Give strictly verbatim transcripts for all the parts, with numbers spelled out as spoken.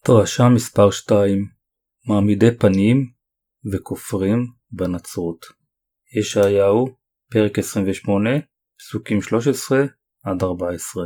דרשה מספר שתיים מעמידי פנים וכופרים בנצרות. ישעיהו, פרק עשרים ושמונה, פסוקים שלוש עשרה עד ארבע עשרה.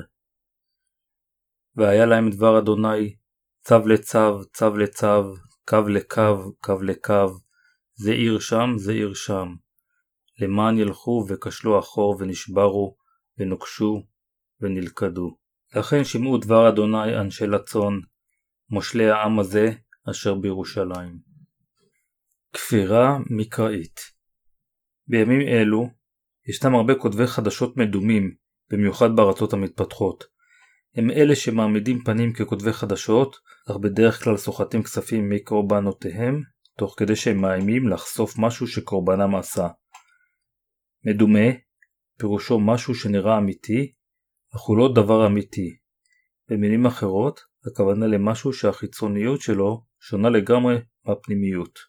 והיה להם דבר אדוני, צו לצו, צו לצו, קו לקו, קו לקו, זה עיר שם, זה עיר שם, למען ילכו וכשלו אחור ונשברו, ונוקשו ונלכדו. לכן שמעו דבר אדוני אנשי לצון, מושלי העם הזה אשר בירושלים. כפירה מקראית. בימים אלו ישנם הרבה כותבי חדשות מדומים, במיוחד בארצות המתפתחות. הם אלה שמעמידים פנים ככותבי חדשות, אך בדרך כלל סוחטים כספים מקורבנותיהם, תוך כדי שהם מאיימים לחשוף משהו שקורבנם עשה. מדומה, פירושו משהו שנראה אמיתי, אך הוא לא דבר אמיתי. במילים אחרות, הכוונה למשהו שהחיצוניות שלו שונה לגמרי מהפנימיות.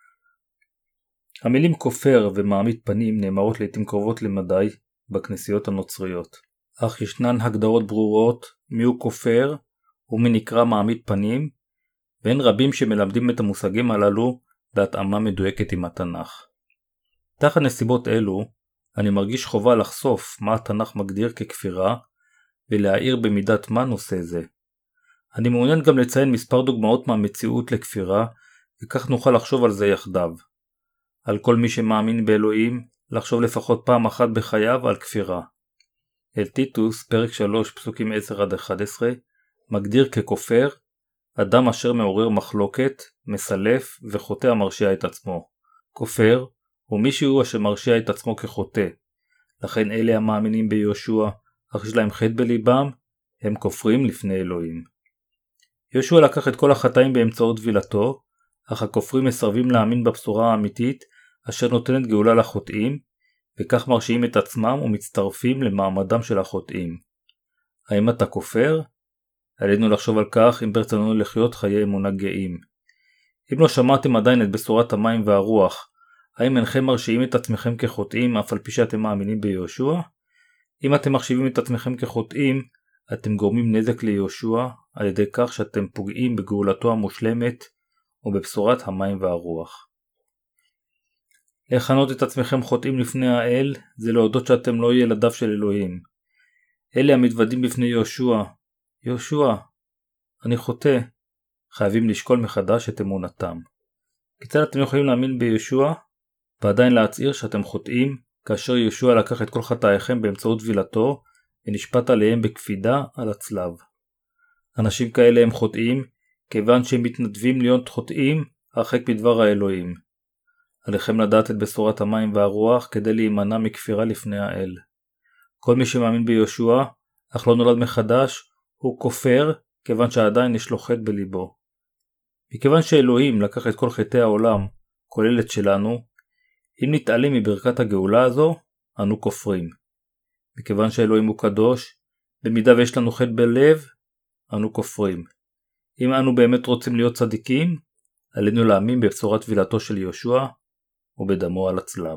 המילים כופר ומעמיד פנים נאמרות לעתים קרובות למדי בכנסיות הנוצריות. אך ישנן הגדרות ברורות מיהו כופר ומי נקרא מעמיד פנים, ואין רבים שמלמדים את המושגים הללו בהתאמה מדויקת עם התנ"ך. תחת נסיבות אלו, אני מרגיש חובה לחשוף מה התנ"ך מגדיר ככפירה, ולהעיר במידת מה נושא זה. אני מעוניין גם לציין מספר דוגמאות מהמציאות לכפירה, וכך נוכל לחשוב על זה יחדיו. על כל מי שמאמין באלוהים, לחשוב לפחות פעם אחת בחייו על כפירה. אל טיטוס, פרק שלוש, פסוקים עשר עד אחת עשרה, מגדיר ככופר, אדם אשר מעורר מחלוקת, מסלף וחוטא המרשיע את עצמו. כופר הוא מישהו אשר מרשיע את עצמו כחוטא. לכן אלה המאמינים ביהושע, אך יש להם חטא בליבם, הם כופרים לפני אלוהים. יהושע לקח את כל החטאים באמצעות טבילתו, אך הכופרים מסרבים להאמין בבשורה האמיתית אשר נותנת גאולה לחוטאים, וכך מרשיעים את עצמם ומצטרפים למעמדם של החוטאים. האם אתה כופר? עלינו לחשוב על כך אם ברצוננו לחיות חיי אמונה גאים. אם לא שמעתם עדיין את בשורת המים והרוח, האם אינכם מרשיעים את עצמכם כחוטאים אף על פי שאתם מאמינים ביהושע? אם אתם מחשיבים את עצמכם כחוטאים, אתם גורמים נזק ליהושע על ידי כך שאתם פוגעים בגאולתו המושלמת ובבשורת המים והרוח. לכנות את עצמכם חוטאים לפני האל זה להודות שאתם לא ילדיו של אלוהים. אלה המתוודים בפני יהושע, יהושע, אני חוטא, חייבים לשקול מחדש את אמונתם. כיצד אתם יכולים להאמין ביהושע ועדיין להצהיר שאתם חוטאים כאשר יהושע לקח את כל חטאיכם באמצעות טבילתו ונשפט עליהם בקפידה על הצלב? אנשים כאלה הם חוטאים כיוון שהם מתנדבים להיות חוטאים הרחק מדבר האלוהים. עליכם לדעת את בשורת המים והרוח כדי להימנע מכפירה לפני האל. כל מי שמאמין ביהושע אך לא נולד מחדש הוא כופר כיוון שעדיין יש לו חטא בליבו. מכיוון שאלוהים לקח את כל חטאי העולם כולל את שלנו, אם נתעלם מברכת הגאולה הזו אנו כופרים. מכיוון שאלוהים הוא קדוש, במידה ויש לנו חטא בלב, אנו כופרים. אם אנו באמת רוצים להיות צדיקים, עלינו להאמין בבשורת טבילתו של יהושע ובדמו על הצלב.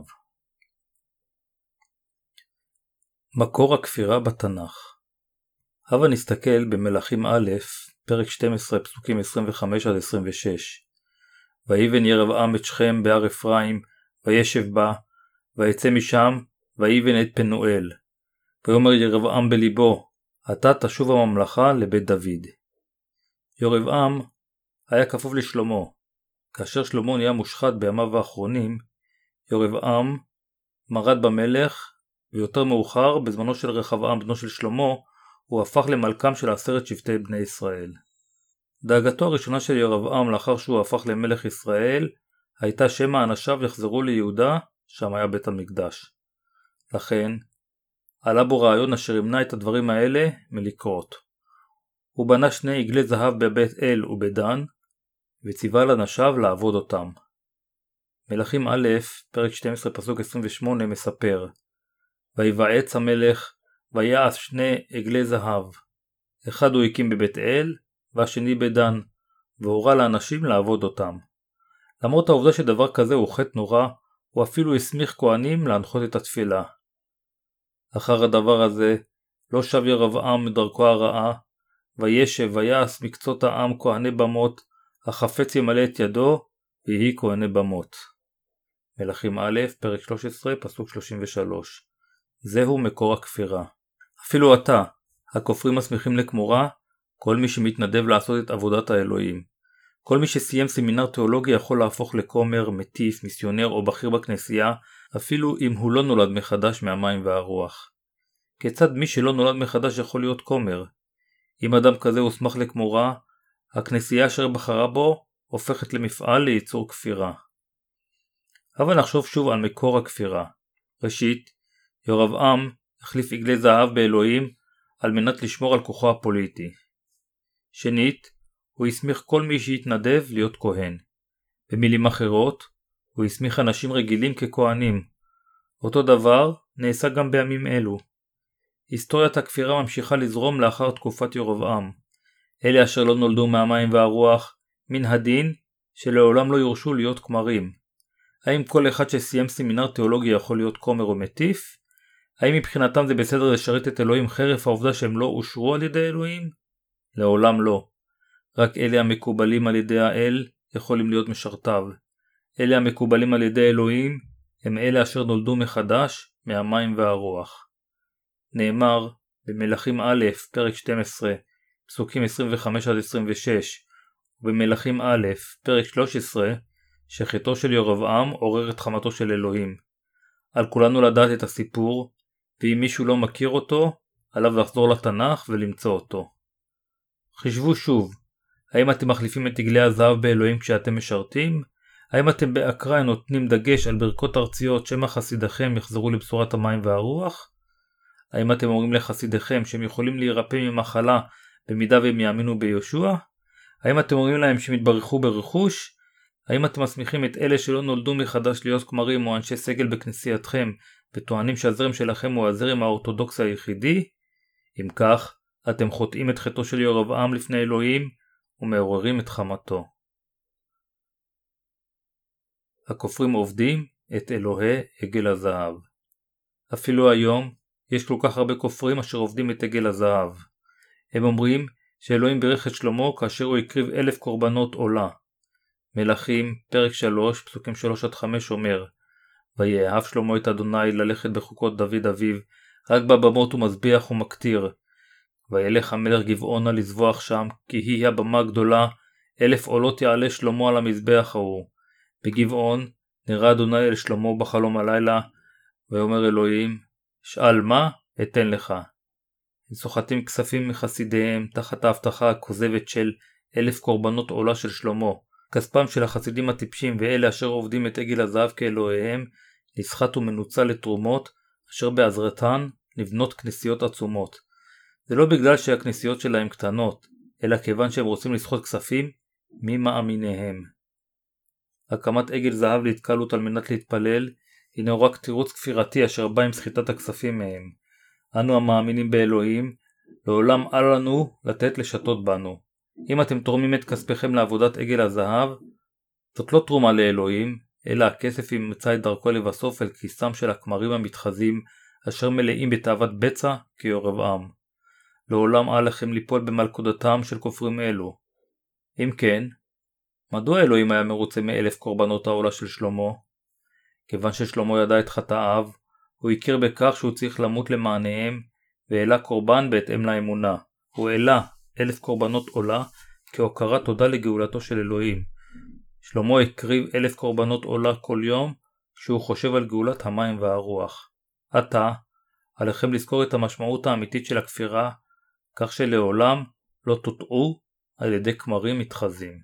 מקור הכפירה בתנ"ך. הבה נסתכל במלכים א', פרק שתים עשרה, פסוקים עשרים וחמש עד עשרים ושש. ויבן ירבעם את שכם בהר אפרים, וישב בה, ויצא משם, ויבן את פנואל. ויאמר ירבעם בליבו, עתה תשוב הממלכה לבית דוד. ירבעם היה כפוף לשלמה. כאשר שלמה נהיה מושחת בימיו האחרונים, ירבעם מרד במלך, ויותר מאוחר, בזמנו של רחבעם בנו של שלמה, הוא הפך למלכם של עשרת שבטי בני ישראל. דאגתו הראשונה של ירבעם לאחר שהוא הפך למלך ישראל, הייתה שמא אנשיו יחזרו ליהודה, שם היה בית המקדש. לכן, עלה בו רעיון אשר ימנע את הדברים האלה מלקרות. הוא בנה שני עגלי זהב בבית אל ובדן, וציווה לאנשיו לעבוד אותם. מלכים א', פרק שתים עשרה, פסוק עשרים ושמונה מספר, ויבעץ המלך, ויעש שני עגלי זהב. אחד הוא הקים בבית אל, והשני בדן, והורה לאנשים לעבוד אותם. למרות העובדה שדבר כזה הוא חטא נורא, הוא אפילו הסמיך כהנים להנחות את התפילה. אחר הדבר הזה, לא שב ירבעם מדרכו הרעה, וישב ויעש מקצות העם כהני במות, החפץ ימלא את ידו, ויהי כהני במות. מלכים א', פרק שלוש עשרה, פסוק שלושים ושלוש. זהו מקור הכפירה. אפילו עתה, הכופרים מסמיכים לכמורה, כל מי שמתנדב לעשות את עבודת האלוהים. כל מי שסיים סמינר תיאולוגי יכול להפוך לכומר, מטיף, מיסיונר או בכיר בכנסייה, אפילו אם הוא לא נולד מחדש מהמים והרוח. כיצד מי שלא נולד מחדש יכול להיות כומר? אם אדם כזה הוסמך לכמורה, הכנסייה אשר בחרה בו הופכת למפעל לייצור כפירה. אבל נחשוב שוב על מקור הכפירה. ראשית, ירבעם החליף עגלי זהב באלוהים על מנת לשמור על כוחו הפוליטי. שנית, הוא הסמיך כל מי שהתנדב להיות כהן. במילים אחרות, הוא הסמיך אנשים רגילים ככהנים. אותו דבר נעשה גם בימים אלו. היסטוריית הכפירה ממשיכה לזרום לאחר תקופת ירבעם. אלה אשר לא נולדו מהמים והרוח, מן הדין שלעולם לא יורשו להיות כמרים. האם כל אחד שסיים סמינר תיאולוגי יכול להיות כומר או מטיף? האם מבחינתם זה בסדר לשרת את אלוהים חרף העובדה שהם לא אושרו על ידי אלוהים? לעולם לא. רק אלה המקובלים על ידי האל יכולים להיות משרתיו. אלה המקובלים על ידי אלוהים הם אלה אשר נולדו מחדש מהמים והרוח. נאמר במלכים א', פרק שתים עשרה, פסוקים עשרים וחמש עד עשרים ושש, ובמלכים א', פרק שלוש עשרה, שחטאו של ירבעם עורר את חמתו של אלוהים. על כולנו לדעת את הסיפור, ואם מישהו לא מכיר אותו, עליו לחזור לתנ"ך ולמצוא אותו. חשבו שוב, האם אתם מחליפים את עגלי הזהב באלוהים כשאתם משרתים? האם אתם באקראי נותנים דגש על ברכות ארציות שמא חסידיכם יחזרו לבשורת המים והרוח? האם אתם אומרים לחסידיכם שהם יכולים להירפא ממחלה במידה והם יאמינו בישוע? האם אתם אומרים להם שהם יתברכו ברכוש? האם אתם מסמיכים את אלה שלא נולדו מחדש להיות כמרים או אנשי סגל בכנסייתכם וטוענים שהזרם שלכם הוא הזרם האורתודוקסי היחידי? אם כך, אתם חוטאים את חטאו של ירבעם לפני אלוהים ומעוררים את חמתו. הכופרים עובדים את אלוהי עגל הזהב. אפילו היום יש כל כך הרבה כופרים אשר עובדים את עגל הזהב. הם אומרים שאלוהים ברך את שלמה כאשר הוא הקריב אלף קורבנות עולה. מלכים, פרק שלוש, פסוקים שלוש עד חמש אומר, ויאהב שלמה את אדוני ללכת בחוקות דוד אביו, רק בבמות הוא מזביח ומקטיר. וילך המלך גבעונה לזבוח שם, כי היא הבמה גדולה, אלף עולות יעלה שלמה על המזבח ההוא. בגבעון נראה אדוני אל שלמה בחלום הלילה, ויאמר אלוהים, שאל מה? אתן לך. הם סוחטים כספים מחסידיהם תחת ההבטחה הכוזבת של אלף קורבנות עולה של שלמה. כספם של החסידים הטיפשים ואלה אשר עובדים את עגל הזהב כאלוהיהם נסחט ומנוצל לתרומות אשר בעזרתן נבנות כנסיות עצומות. זה לא בגלל שהכנסיות שלהם קטנות, אלא כיוון שהם רוצים לסחוט כספים ממאמיניהם. הקמת עגל זהב להתקהלות על מנת להתפלל הינו רק תירוץ כפירתי אשר בא עם סחיטת הכספים מהם. אנו המאמינים באלוהים, לעולם אל לנו לתת לשתות בנו. אם אתם תורמים את כספיכם לעבודת עגל הזהב, זאת לא תרומה לאלוהים, אלא הכסף ימצא את דרכו לבסוף אל כיסם של הכמרים המתחזים, אשר מלאים בתאוות בצע כירבעם. לעולם אל לכם ליפול במלכודתם של כופרים אלו. אם כן, מדוע אלוהים היה מרוצה מאלף קורבנות העולה של שלמה? כיוון ששלמה ידע את חטאיו, הוא הכיר בכך שהוא צריך למות למעניהם, והעלה קורבן בהתאם לאמונה. הוא העלה אלף קורבנות עולה כהוקרת תודה לגאולתו של אלוהים. שלמה הקריב אלף קורבנות עולה כל יום כשהוא חושב על גאולת המים והרוח. עתה, עליכם לזכור את המשמעות האמיתית של הכפירה, כך שלעולם לא תוטעו על ידי כמרים מתחזים.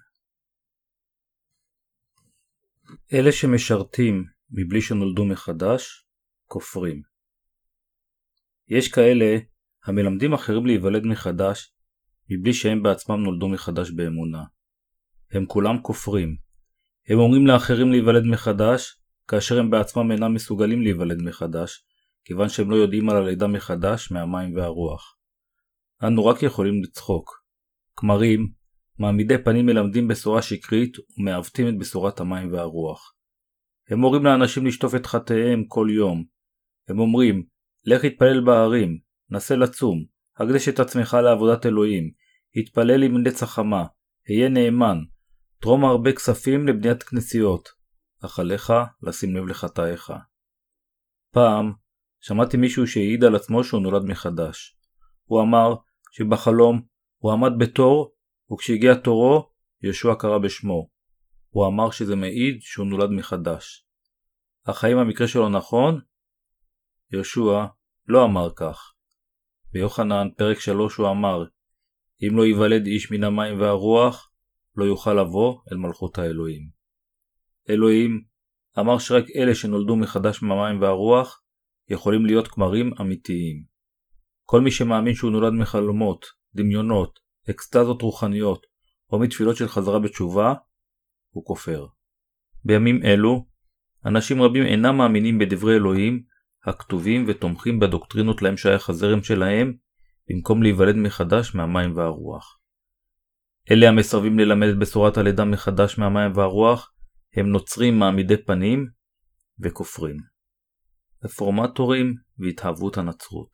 אלה שמשרתים מבלי שנולדו מחדש, כופרים. יש כאלה המלמדים אחרים להיוולד מחדש, מבלי שהם בעצמם נולדו מחדש באמונה. הם כולם כופרים. הם אומרים לאחרים להיוולד מחדש, כאשר הם בעצמם אינם מסוגלים להיוולד מחדש, כיוון שהם לא יודעים על הלידה מחדש מהמים והרוח. אנו רק יכולים לצחוק. כמרים, מעמידי פנים מלמדים בשורה שקרית ומעוותים את בשורת המים והרוח. הם אומרים לאנשים לשטוף את חטאיהם כל יום. הם אומרים, לך התפלל בערים, נסה לצום, הקדש את עצמך לעבודת אלוהים, התפלל עם נץ החמה, היה נאמן, תרום הרבה כספים לבניית כנסיות, אך עליך לשים לב לחטאיך. פעם שמעתי מישהו שהעיד על עצמו שהוא נולד מחדש. הוא אמר שבחלום הוא עמד בתור, וכשהגיע תורו יהושע קרא בשמו. הוא אמר שזה מעיד שהוא נולד מחדש. אך האם המקרה שלו נכון? יהושע לא אמר כך. ביוחנן פרק שלוש הוא אמר, אם לא ייוולד איש מן המים והרוח, לא יוכל לבוא אל מלכות האלוהים. אלוהים אמר שרק אלה שנולדו מחדש מהמים והרוח יכולים להיות כמרים אמיתיים. כל מי שמאמין שהוא נולד מחלומות, דמיונות, אקסטזות רוחניות או מתפילות של חזרה בתשובה, הוא כופר. בימים אלו, אנשים רבים אינם מאמינים בדברי אלוהים הכתובים ותומכים בדוקטרינות להם שייך הזרם שלהם, במקום להיוולד מחדש מהמים והרוח. אלה המסרבים ללמד את בשורת הלידה מחדש מהמים והרוח, הם נוצרים מעמידי פנים וכופרים. רפורמטורים והתהוות הנצרות.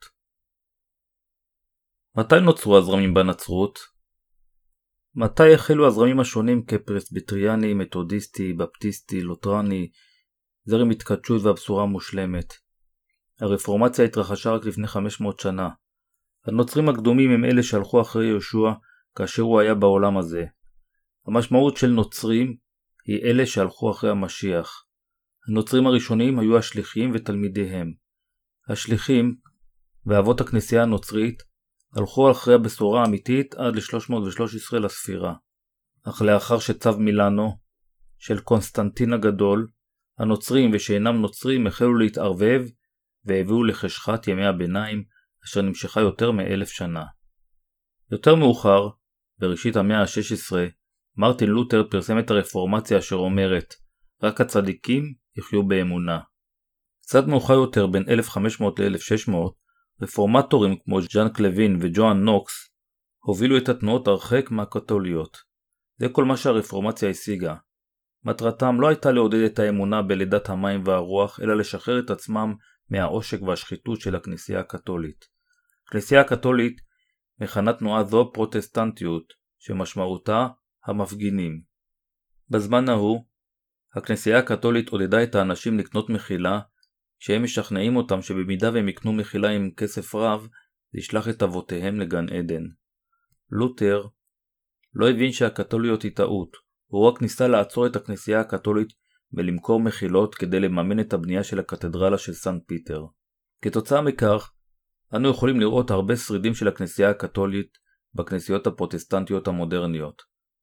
מתי נוצרו הזרמים בנצרות? מתי החלו הזרמים השונים כפרסביטריאני, מתודיסטי, בפטיסטי, לוטרני, זרם התקדשות והבשורה מושלמת? הרפורמציה התרחשה רק לפני חמש מאות שנה. הנוצרים הקדומים הם אלה שהלכו אחרי יהושע כאשר הוא היה בעולם הזה. המשמעות של נוצרים היא אלה שהלכו אחרי המשיח. הנוצרים הראשונים היו השליחים ותלמידיהם. השליחים ואבות הכנסייה הנוצרית הלכו אחרי הבשורה האמיתית עד ל-שלוש מאות ושלוש עשרה לספירה. אך לאחר שצו מילאנו של קונסטנטין הגדול, הנוצרים ושאינם נוצרים החלו להתערבב והביאו לחשכת ימי הביניים אשר נמשכה יותר מאלף שנה. יותר מאוחר, בראשית המאה ה-שש עשרה, מרטין לותר פרסם את הרפורמציה אשר אומרת, רק הצדיקים יחיו באמונה. קצת מאוחר יותר בין אלף וחמש מאות ל-אלף ושש מאות, רפורמטורים כמו ז'אן קלווין וג'ואן נוקס הובילו את התנועות הרחק מהקתוליות. זה כל מה שהרפורמציה השיגה. מטרתם לא הייתה לעודד את האמונה בלידת המים והרוח, אלא לשחרר את עצמם מהעושק והשחיתות של הכנסייה הקתולית. הכנסייה הקתולית מכנה תנועה זו פרוטסטנטיות, שמשמעותה המפגינים. בזמן ההוא, הכנסייה הקתולית עודדה את האנשים לקנות מחילה, כשהם משכנעים אותם שבמידה והם יקנו מחילה עם כסף רב, זה ישלח את אבותיהם לגן עדן. לותר לא הבין שהקתוליות היא טעות, הוא רק ניסה לעצור את הכנסייה הקתולית ולמכור מחילות כדי לממן את הבנייה של הקתדרלה של סנט פיטר. כתוצאה מכך, אנו יכולים לראות הרבה שרידים של הכנסייה הקתולית בכנסיות הפרוטסטנטיות המודרניות.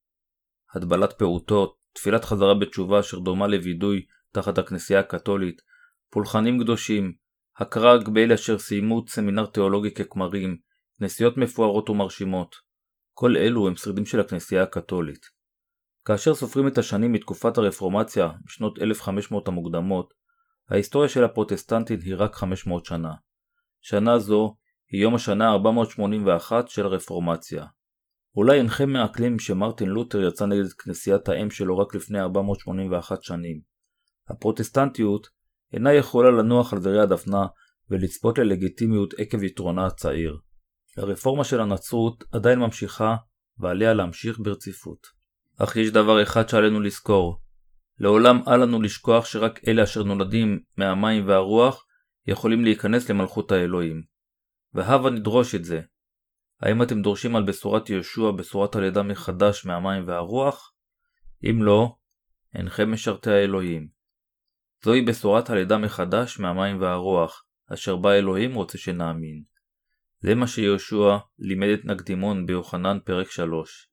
הדבלת פעוטות, תפילת חזרה בתשובה אשר דומה לוידוי תחת הכנסייה הקתולית, פולחנים קדושים, הכרה באלה אשר סיימו סמינר תיאולוגי ככמרים, כנסיות מפוארות ומרשימות. כל אלו הם שרידים של הכנסייה הקתולית. כאשר סופרים את השנים מתקופת הרפורמציה בשנות אלף וחמש מאות המוקדמות, ההיסטוריה של הפרוטסטנטים היא רק חמש מאות שנה. שנה זו היא יום השנה ארבע מאות שמונים ואחת של הרפורמציה. אולי אינכם מעכלים שמרטין לותר יצא נגד כנסיית האם שלו רק לפני ארבע מאות שמונים ואחת שנים. הפרוטסטנטיות אינה יכולה לנוח על זרי הדפנה ולצפות ללגיטימיות עקב יתרונה הצעיר. הרפורמה של הנצרות עדיין ממשיכה ועליה להמשיך ברציפות. אך יש דבר אחד שעלינו לזכור. לעולם אל לנו לשכוח שרק אלה אשר נולדים מהמים והרוח יכולים להיכנס למלכות האלוהים. והבה נדרוש את זה. האם אתם דורשים על בשורת יהושע, בשורת הלידה מחדש מהמים והרוח? אם לא, אינכם משרתי האלוהים. זוהי בשורת הלידה מחדש מהמים והרוח, אשר בה אלוהים רוצה שנאמין. זה מה שיהושע לימד את נקדימון ביוחנן פרק שלוש.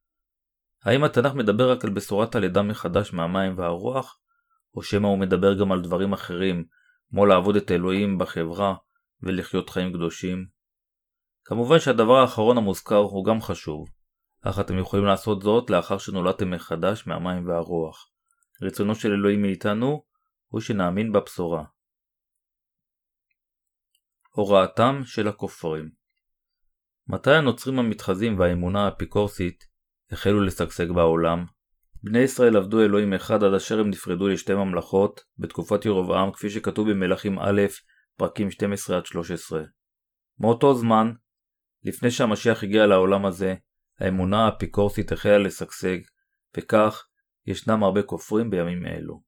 האם התנ"ך מדבר רק על בשורת הלידה מחדש מהמים והרוח, או שמא הוא מדבר גם על דברים אחרים, כמו לעבוד את אלוהים בחברה ולחיות חיים קדושים? כמובן שהדבר האחרון המוזכר הוא גם חשוב, אך אתם יכולים לעשות זאת לאחר שנולדתם מחדש מהמים והרוח. רצונו של אלוהים מאיתנו הוא שנאמין בבשורה. הוראתם של הכופרים. מתי הנוצרים המתחזים והאמונה האפיקורסית החלו לשגשג בעולם? בני ישראל עבדו אלוהים אחד עד אשר הם נפרדו לשתי ממלכות בתקופת ירבעם, כפי שכתוב במלכים א' פרקים שתים עשרה עד שלוש עשרה. מאותו זמן, לפני שהמשיח הגיע לעולם הזה, האמונה האפיקורסית החלה לשגשג, וכך ישנם הרבה כופרים בימים אלו.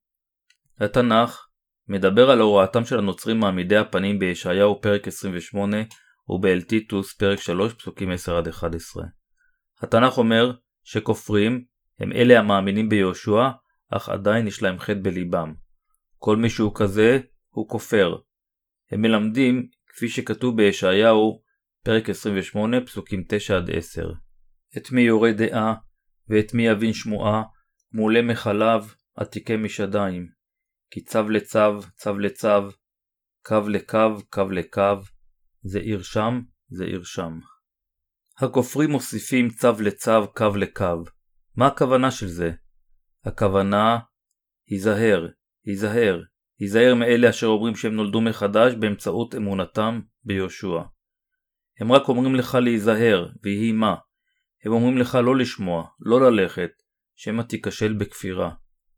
התנ"ך מדבר על הוראתם של הנוצרים מעמידי הפנים בישעיהו פרק עשרים ושמונה ובאל טיטוס פרק שלוש פסוקים עשר עד אחת עשרה. התנ"ך אומר שכופרים הם אלה המאמינים ביהושע, אך עדיין יש להם חטא בליבם. כל מי שהוא כזה הוא כופר. הם מלמדים, כפי שכתוב בישעיהו פרק עשרים ושמונה פסוקים תשע עד עשר. את מי יורה דעה ואת מי יבין שמועה, מולה מחלב עתיקי משדיים. כי צו לצו, צו לצו, קו לקו, קו לקו, זה עיר שם, זה עיר שם. הכופרים מוסיפים צו לצו, קו לקו. מה הכוונה של זה? הכוונה, היזהר, היזהר, היזהר מאלה אשר אומרים שהם נולדו מחדש באמצעות אמונתם ביהושע. הם רק אומרים לך להיזהר, ויהי מה. הם אומרים לך לא לשמוע, לא ללכת, שמא תיכשל בכפירה.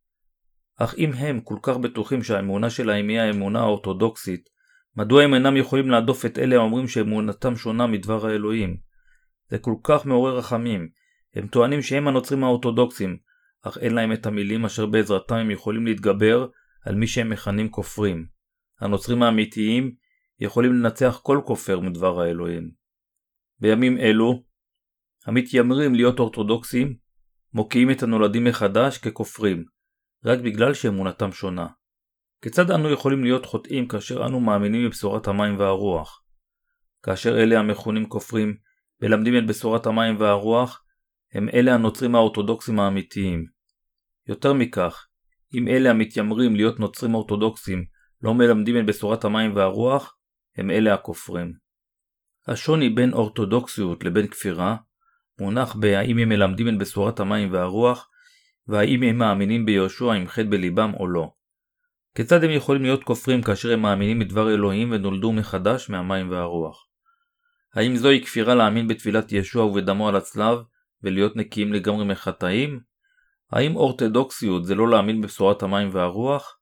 אך אם הם כל כך בטוחים שהאמונה שלהם היא האמונה האורתודוקסית, מדוע הם אינם יכולים להדוף את אלה האומרים שאמונתם שונה מדבר האלוהים? זה כל כך מעורר רחמים. הם טוענים שהם הנוצרים האורתודוקסים, אך אין להם את המילים אשר בעזרתם הם יכולים להתגבר על מי שהם מכנים כופרים. הנוצרים האמיתיים יכולים לנצח כל כופר מדבר האלוהים. בימים אלו, המתיימרים להיות אורתודוקסים מוקיעים את הנולדים מחדש ככופרים, רק בגלל שאמונתם שונה. כיצד אנו יכולים להיות חוטאים כאשר אנו מאמינים בבשורת המים והרוח? כאשר אלה המכונים כופרים מלמדים את בשורת המים והרוח, הם אלה הנוצרים האורתודוקסים האמיתיים. יותר מכך, אם אלה המתיימרים להיות נוצרים אורתודוקסים לא מלמדים את בשורת המים והרוח, הם אלה הכופרים. השוני בין אורתודוקסיות לבין כפירה מונח בהאם הם מלמדים את בשורת המים והרוח, והאם הם מאמינים ביהושע עם חטא בליבם או לא. כיצד הם יכולים להיות כופרים כאשר הם מאמינים בדבר אלוהים ונולדו מחדש מהמים והרוח? האם זוהי כפירה להאמין בתפילת ישוע ובדמו על הצלב ולהיות נקיים לגמרי מחטאים? האם אורתודוקסיות זה לא להאמין בבשורת המים והרוח?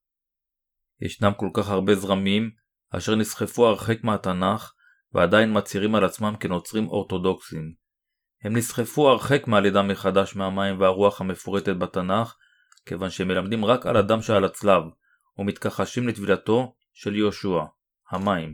ישנם כל כך הרבה זרמים אשר נסחפו הרחק מהתנ"ך ועדיין מצהירים על עצמם כנוצרים אורתודוקסים. הם נסחפו הרחק מהלידה מחדש מהמים והרוח המפורטת בתנ"ך, כיוון שהם מלמדים רק על הדם שעל הצלב ומתכחשים לטבילתו של יהושע, המים.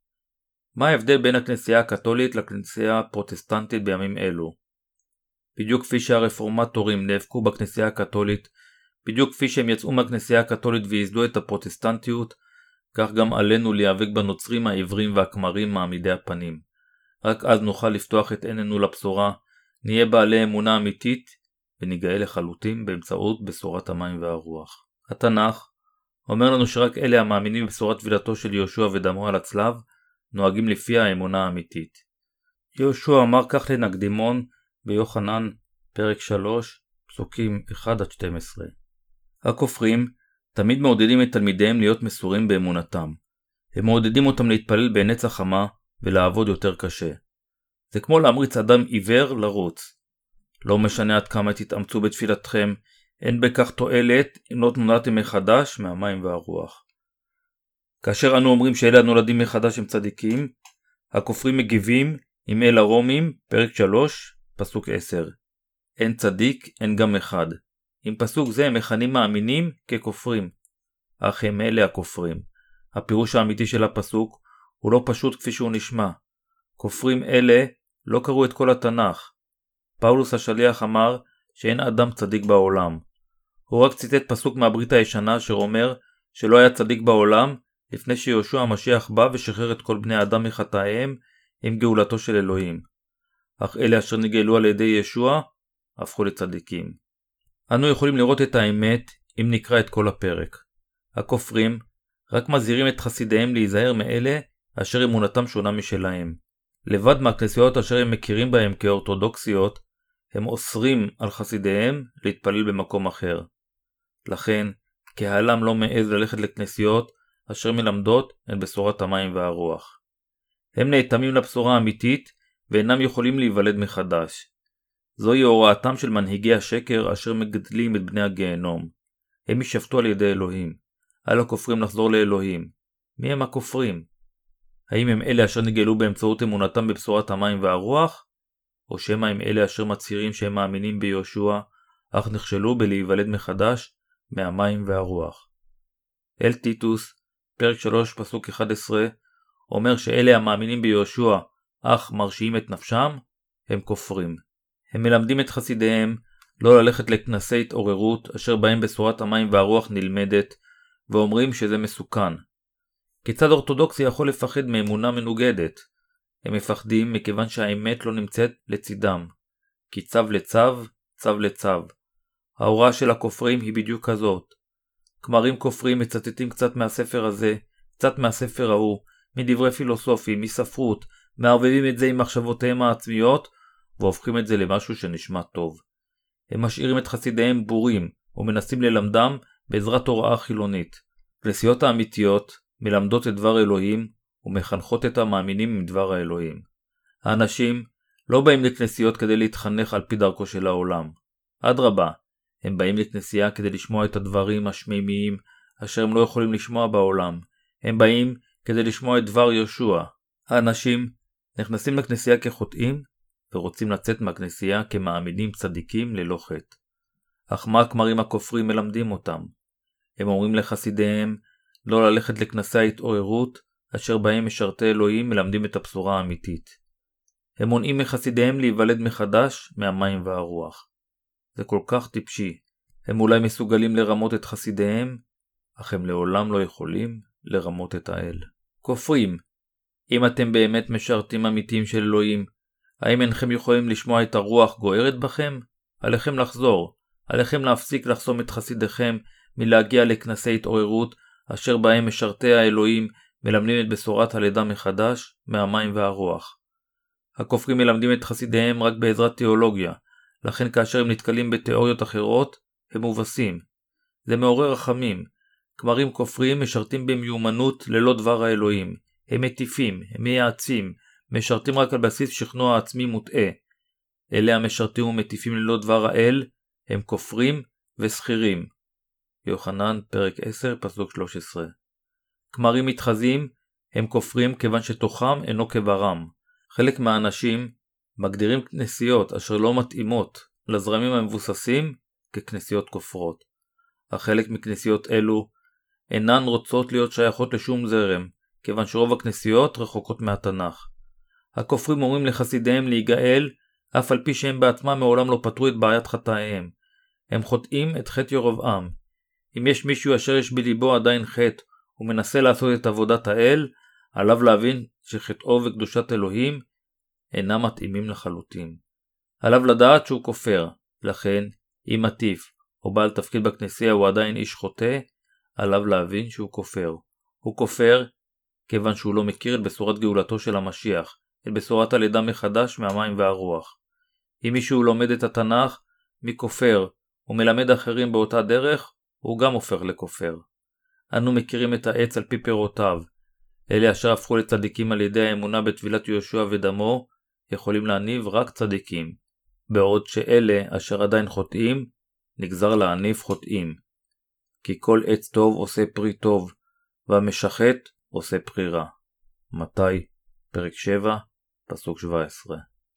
מה ההבדל בין הכנסייה הקתולית לכנסייה הפרוטסטנטית בימים אלו? בדיוק כפי שהרפורמטורים נאבקו בכנסייה הקתולית, בדיוק כפי שהם יצאו מהכנסייה הקתולית וייסדו את הפרוטסטנטיות, כך גם עלינו להיאבק בנוצרים העברים והכמרים מעמידי הפנים. רק אז נוכל לפתוח את עינינו לבשורה, נהיה בעלי אמונה אמיתית וניגאל לחלוטין באמצעות בשורת המים והרוח. התנ"ך אומר לנו שרק אלה המאמינים בבשורת טבילתו של יהושע ודמו על הצלב נוהגים לפי האמונה האמיתית. יהושע אמר כך לנקדימון ביוחנן פרק שלוש פסוקים אחד עד שתים עשרה. הכופרים תמיד מעודדים את תלמידיהם להיות מסורים באמונתם. הם מעודדים אותם להתפלל בעינץ החמה ולעבוד יותר קשה. זה כמו להמריץ אדם עיוור לרוץ. לא משנה עד כמה תתאמצו בתפילתכם, אין בכך תועלת אם לא נולדתם מחדש מהמים והרוח. כאשר אנו אומרים שאלה הנולדים מחדש הם צדיקים, הכופרים מגיבים עם אל הרומים פרק שלוש פסוק עשר. אין צדיק, אין גם אחד. עם פסוק זה הם מכנים מאמינים ככופרים. אך הם אלה הכופרים. הפירוש האמיתי של הפסוק הוא לא פשוט כפי שהוא נשמע. כופרים אלה לא קראו את כל התנ"ך. פאולוס השליח אמר שאין אדם צדיק בעולם. הוא רק ציטט פסוק מהברית הישנה אשר אומר שלא היה צדיק בעולם לפני שיהושע המשיח בא ושחרר את כל בני האדם מחטאיהם עם גאולתו של אלוהים. אך אלה אשר נגאלו על ידי ישוע הפכו לצדיקים. אנו יכולים לראות את האמת אם נקרא את כל הפרק. הכופרים רק מזהירים את חסידיהם להיזהר מאלה אשר אמונתם שונה משלהם. לבד מהכנסיות אשר הם מכירים בהם כאורתודוקסיות, הם אוסרים על חסידיהם להתפלל במקום אחר. לכן, קהלם לא מעז ללכת לכנסיות אשר מלמדות את בשורת המים והרוח. הם נאטמים לבשורה האמיתית ואינם יכולים להיוולד מחדש. זוהי הוראתם של מנהיגי השקר אשר מגדלים את בני הגיהנום. הם ישפטו על ידי אלוהים. על הכופרים לחזור לאלוהים. מי הם הכופרים? האם הם אלה אשר נגאלו באמצעות אמונתם בבשורת המים והרוח? או שמא הם אלה אשר מצהירים שהם מאמינים ביהושע, אך נכשלו בלהיוולד מחדש מהמים והרוח. אל טיטוס, פרק שלוש פסוק אחד עשר, אומר שאלה המאמינים ביהושע, אך מרשיעים את נפשם, הם כופרים. הם מלמדים את חסידיהם לא ללכת לכנסי התעוררות אשר בהם בשורת המים והרוח נלמדת, ואומרים שזה מסוכן. כיצד אורתודוקסי יכול לפחד מאמונה מנוגדת? הם מפחדים מכיוון שהאמת לא נמצאת לצידם. כי צו לצו, צו לצו. ההוראה של הכופרים היא בדיוק כזאת. כמרים כופרים מצטטים קצת מהספר הזה, קצת מהספר ההוא, מדברי פילוסופים, מספרות, מערבבים את זה עם מחשבותיהם העצמיות, והופכים את זה למשהו שנשמע טוב. הם משאירים את חסידיהם בורים, ומנסים ללמדם בעזרת הוראה חילונית. כנסיות האמיתיות מלמדות את דבר אלוהים, ומחנכות את המאמינים עם דבר האלוהים. האנשים לא באים לכנסיות כדי להתחנך על פי דרכו של העולם. אדרבה, הם באים לכנסייה כדי לשמוע את הדברים השמימיים אשר הם לא יכולים לשמוע בעולם. הם באים כדי לשמוע את דבר יהושע. האנשים נכנסים לכנסייה כחוטאים ורוצים לצאת מהכנסייה כמאמינים צדיקים ללא חטא. אך מה הכמרים הכופרים מלמדים אותם? הם אומרים לחסידיהם לא ללכת לכנסי ההתעוררות אשר בהם משרתי אלוהים מלמדים את הבשורה האמיתית. הם מונעים מחסידיהם להיוולד מחדש מהמים והרוח. זה כל כך טיפשי. הם אולי מסוגלים לרמות את חסידיהם, אך הם לעולם לא יכולים לרמות את האל. כופרים, אם אתם באמת משרתים אמיתיים של אלוהים, האם אינכם יכולים לשמוע את הרוח גוערת בכם? עליכם לחזור, עליכם להפסיק לחסום את חסידיכם מלהגיע לכנסי התעוררות אשר בהם משרתי האלוהים מלמדים את בשורת הלידה מחדש מהמים והרוח. הכופרים מלמדים את חסידיהם רק בעזרת תיאולוגיה, לכן כאשר הם נתקלים בתיאוריות אחרות, הם מובסים. זה מעורר רחמים. כמרים כופרים משרתים במיומנות ללא דבר האלוהים. הם מטיפים, הם מייעצים, משרתים רק על בסיס שכנוע עצמי מוטעה. אלה המשרתים ומטיפים ללא דבר האל, הם כופרים וסחירים. יוחנן פרק עשר פסוק שלוש עשרה. כמרים מתחזים הם כופרים כיוון שתוכם אינו כברם. חלק מהאנשים מגדירים כנסיות אשר לא מתאימות לזרמים המבוססים ככנסיות כופרות. אך חלק מכנסיות אלו אינן רוצות להיות שייכות לשום זרם, כיוון שרוב הכנסיות רחוקות מהתנ"ך. הכופרים אומרים לחסידיהם להיגאל, אף על פי שהם בעצמם מעולם לא פתרו את בעיית חטאיהם. הם חוטאים את חטא ירבעם. אם יש מישהו אשר יש בליבו עדיין חטא, ומנסה לעשות את עבודת האל, עליו להבין שחטאו וקדושת אלוהים אינם מתאימים לחלוטין. עליו לדעת שהוא כופר, לכן אם מטיף או בעל תפקיד בכנסייה הוא עדיין איש חוטא, עליו להבין שהוא כופר. הוא כופר כיוון שהוא לא מכיר את בשורת גאולתו של המשיח, את בשורת הלידה מחדש מהמים והרוח. אם מישהו לומד את התנ"ך מכופר ומלמד אחרים באותה דרך, הוא גם הופך לכופר. אנו מכירים את העץ על פי פירותיו. אלה אשר הפכו לצדיקים על ידי האמונה בטבילת יהושע ודמו, יכולים להניב רק צדיקים, בעוד שאלה אשר עדיין חוטאים, נגזר להניב חוטאים. כי כל עץ טוב עושה פרי טוב, והמשחט עושה פרי רע. מתי פרק שבע פסוק שבע עשרה.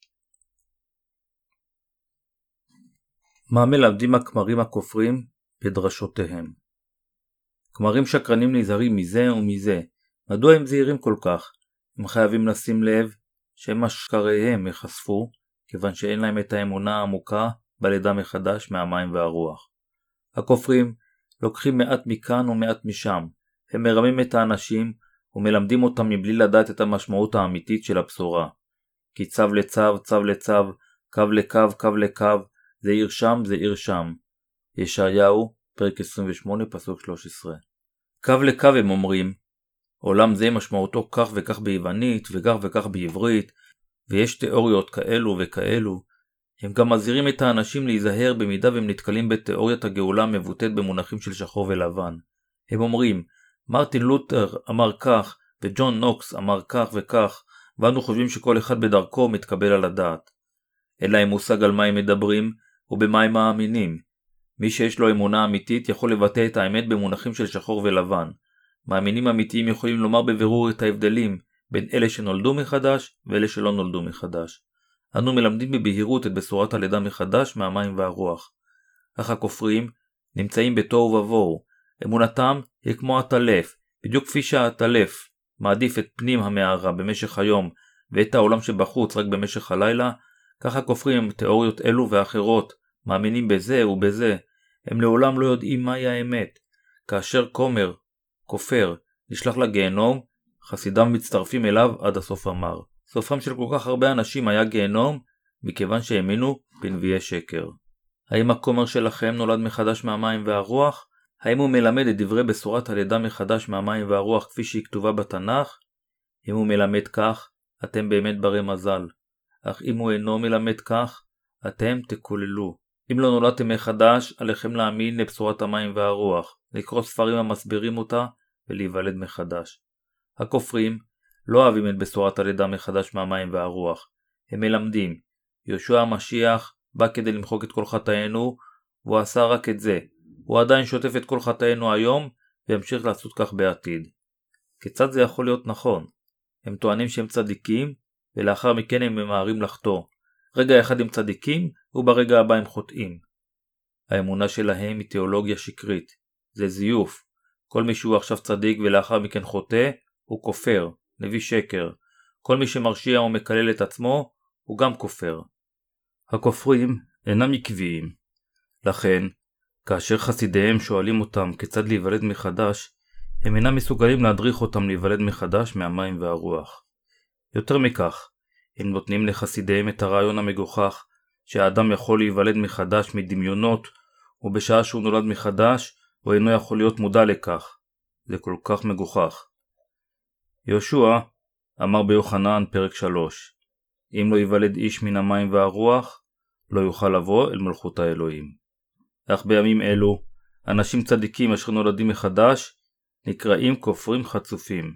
מה מלמדים הכמרים הכופרים בדרשותיהם? כמרים שקרנים נזהרים מזה ומזה. מדוע הם זהירים כל כך? הם חייבים לשים לב שהם שקריהם יחשפו, כיוון שאין להם את האמונה העמוקה בלידה מחדש מהמים והרוח. הכופרים לוקחים מעט מכאן ומעט משם. הם מרמים את האנשים ומלמדים אותם מבלי לדעת את המשמעות האמיתית של הבשורה. כי צו לצו, צו לצו, קו לקו, קו לקו, זה עיר שם, זה עיר שם. ישעיהו, פרק עשרים ושמונה, פסוק שלוש עשרה. קו לקו הם אומרים, עולם זה משמעותו כך וכך ביוונית וכך וכך בעברית, ויש תיאוריות כאלו וכאלו. הם גם מזהירים את האנשים להיזהר במידה והם נתקלים בתיאוריית הגאולה מבוטאת במונחים של שחור ולבן. הם אומרים, מרטין לותר אמר כך, וג'ון נוקס אמר כך וכך, ואנו חושבים שכל אחד בדרכו מתקבל על הדעת. אין להם מושג על מה הם מדברים ובמה הם מאמינים. מי שיש לו אמונה אמיתית יכול לבטא את האמת במונחים של שחור ולבן. מאמינים אמיתיים יכולים לומר בבירור את ההבדלים בין אלה שנולדו מחדש ואלה שלא נולדו מחדש. אנו מלמדים בבהירות את בשורת הלידה מחדש מהמים והרוח. אך הכופרים נמצאים בתוהו ובוהו. אמונתם היא כמו הטלף, בדיוק כפי שהטלף מעדיף את פנים המערה במשך היום ואת העולם שבחוץ רק במשך הלילה, כך הכופרים עם תיאוריות אלו ואחרות מאמינים בזה ובזה. הם לעולם לא יודעים מהי האמת. כאשר כומר, כופר, נשלח לגיהנום, חסידיו מצטרפים אליו עד הסוף המר. סופם של כל כך הרבה אנשים היה גיהנום, מכיוון שהאמינו בנביאי שקר. האם הכומר שלכם נולד מחדש מהמים והרוח? האם הוא מלמד את דברי בשורת הלידה מחדש מהמים והרוח כפי שהיא כתובה בתנ"ך? אם הוא מלמד כך, אתם באמת ברי מזל. אך אם הוא אינו מלמד כך, אתם תקוללו. אם לא נולדתם מחדש, עליכם להאמין לבשורת המים והרוח, לקרוא ספרים המסבירים אותה ולהיוולד מחדש. הכופרים לא אוהבים את בשורת הלידה מחדש מהמים והרוח. הם מלמדים, יהושע המשיח בא כדי למחוק את כל חטאינו, והוא עשה רק את זה. הוא עדיין שוטף את כל חטאינו היום, וימשיך לעשות כך בעתיד. כיצד זה יכול להיות נכון? הם טוענים שהם צדיקים, ולאחר מכן הם ממהרים לחטוא. רגע אחד הם צדיקים, וברגע הבא הם חוטאים. האמונה שלהם היא תיאולוגיה שקרית. זה זיוף. כל מי שהוא עכשיו צדיק ולאחר מכן חוטא, הוא כופר, נביא שקר. כל מי שמרשיע ומקלל את עצמו, הוא גם כופר. הכופרים אינם עקביים. לכן, כאשר חסידיהם שואלים אותם כיצד להיוולד מחדש, הם אינם מסוגלים להדריך אותם להיוולד מחדש מהמים והרוח. יותר מכך, הם נותנים לחסידיהם את הרעיון המגוחך שהאדם יכול להיוולד מחדש מדמיונות, ובשעה שהוא נולד מחדש, הוא אינו יכול להיות מודע לכך. זה כל כך מגוחך. יהושע אמר ביוחנן פרק שלוש, אם לא ייוולד איש מן המים והרוח, לא יוכל לבוא אל מלכות האלוהים. אך בימים אלו, אנשים צדיקים אשר נולדים מחדש, נקראים כופרים חצופים.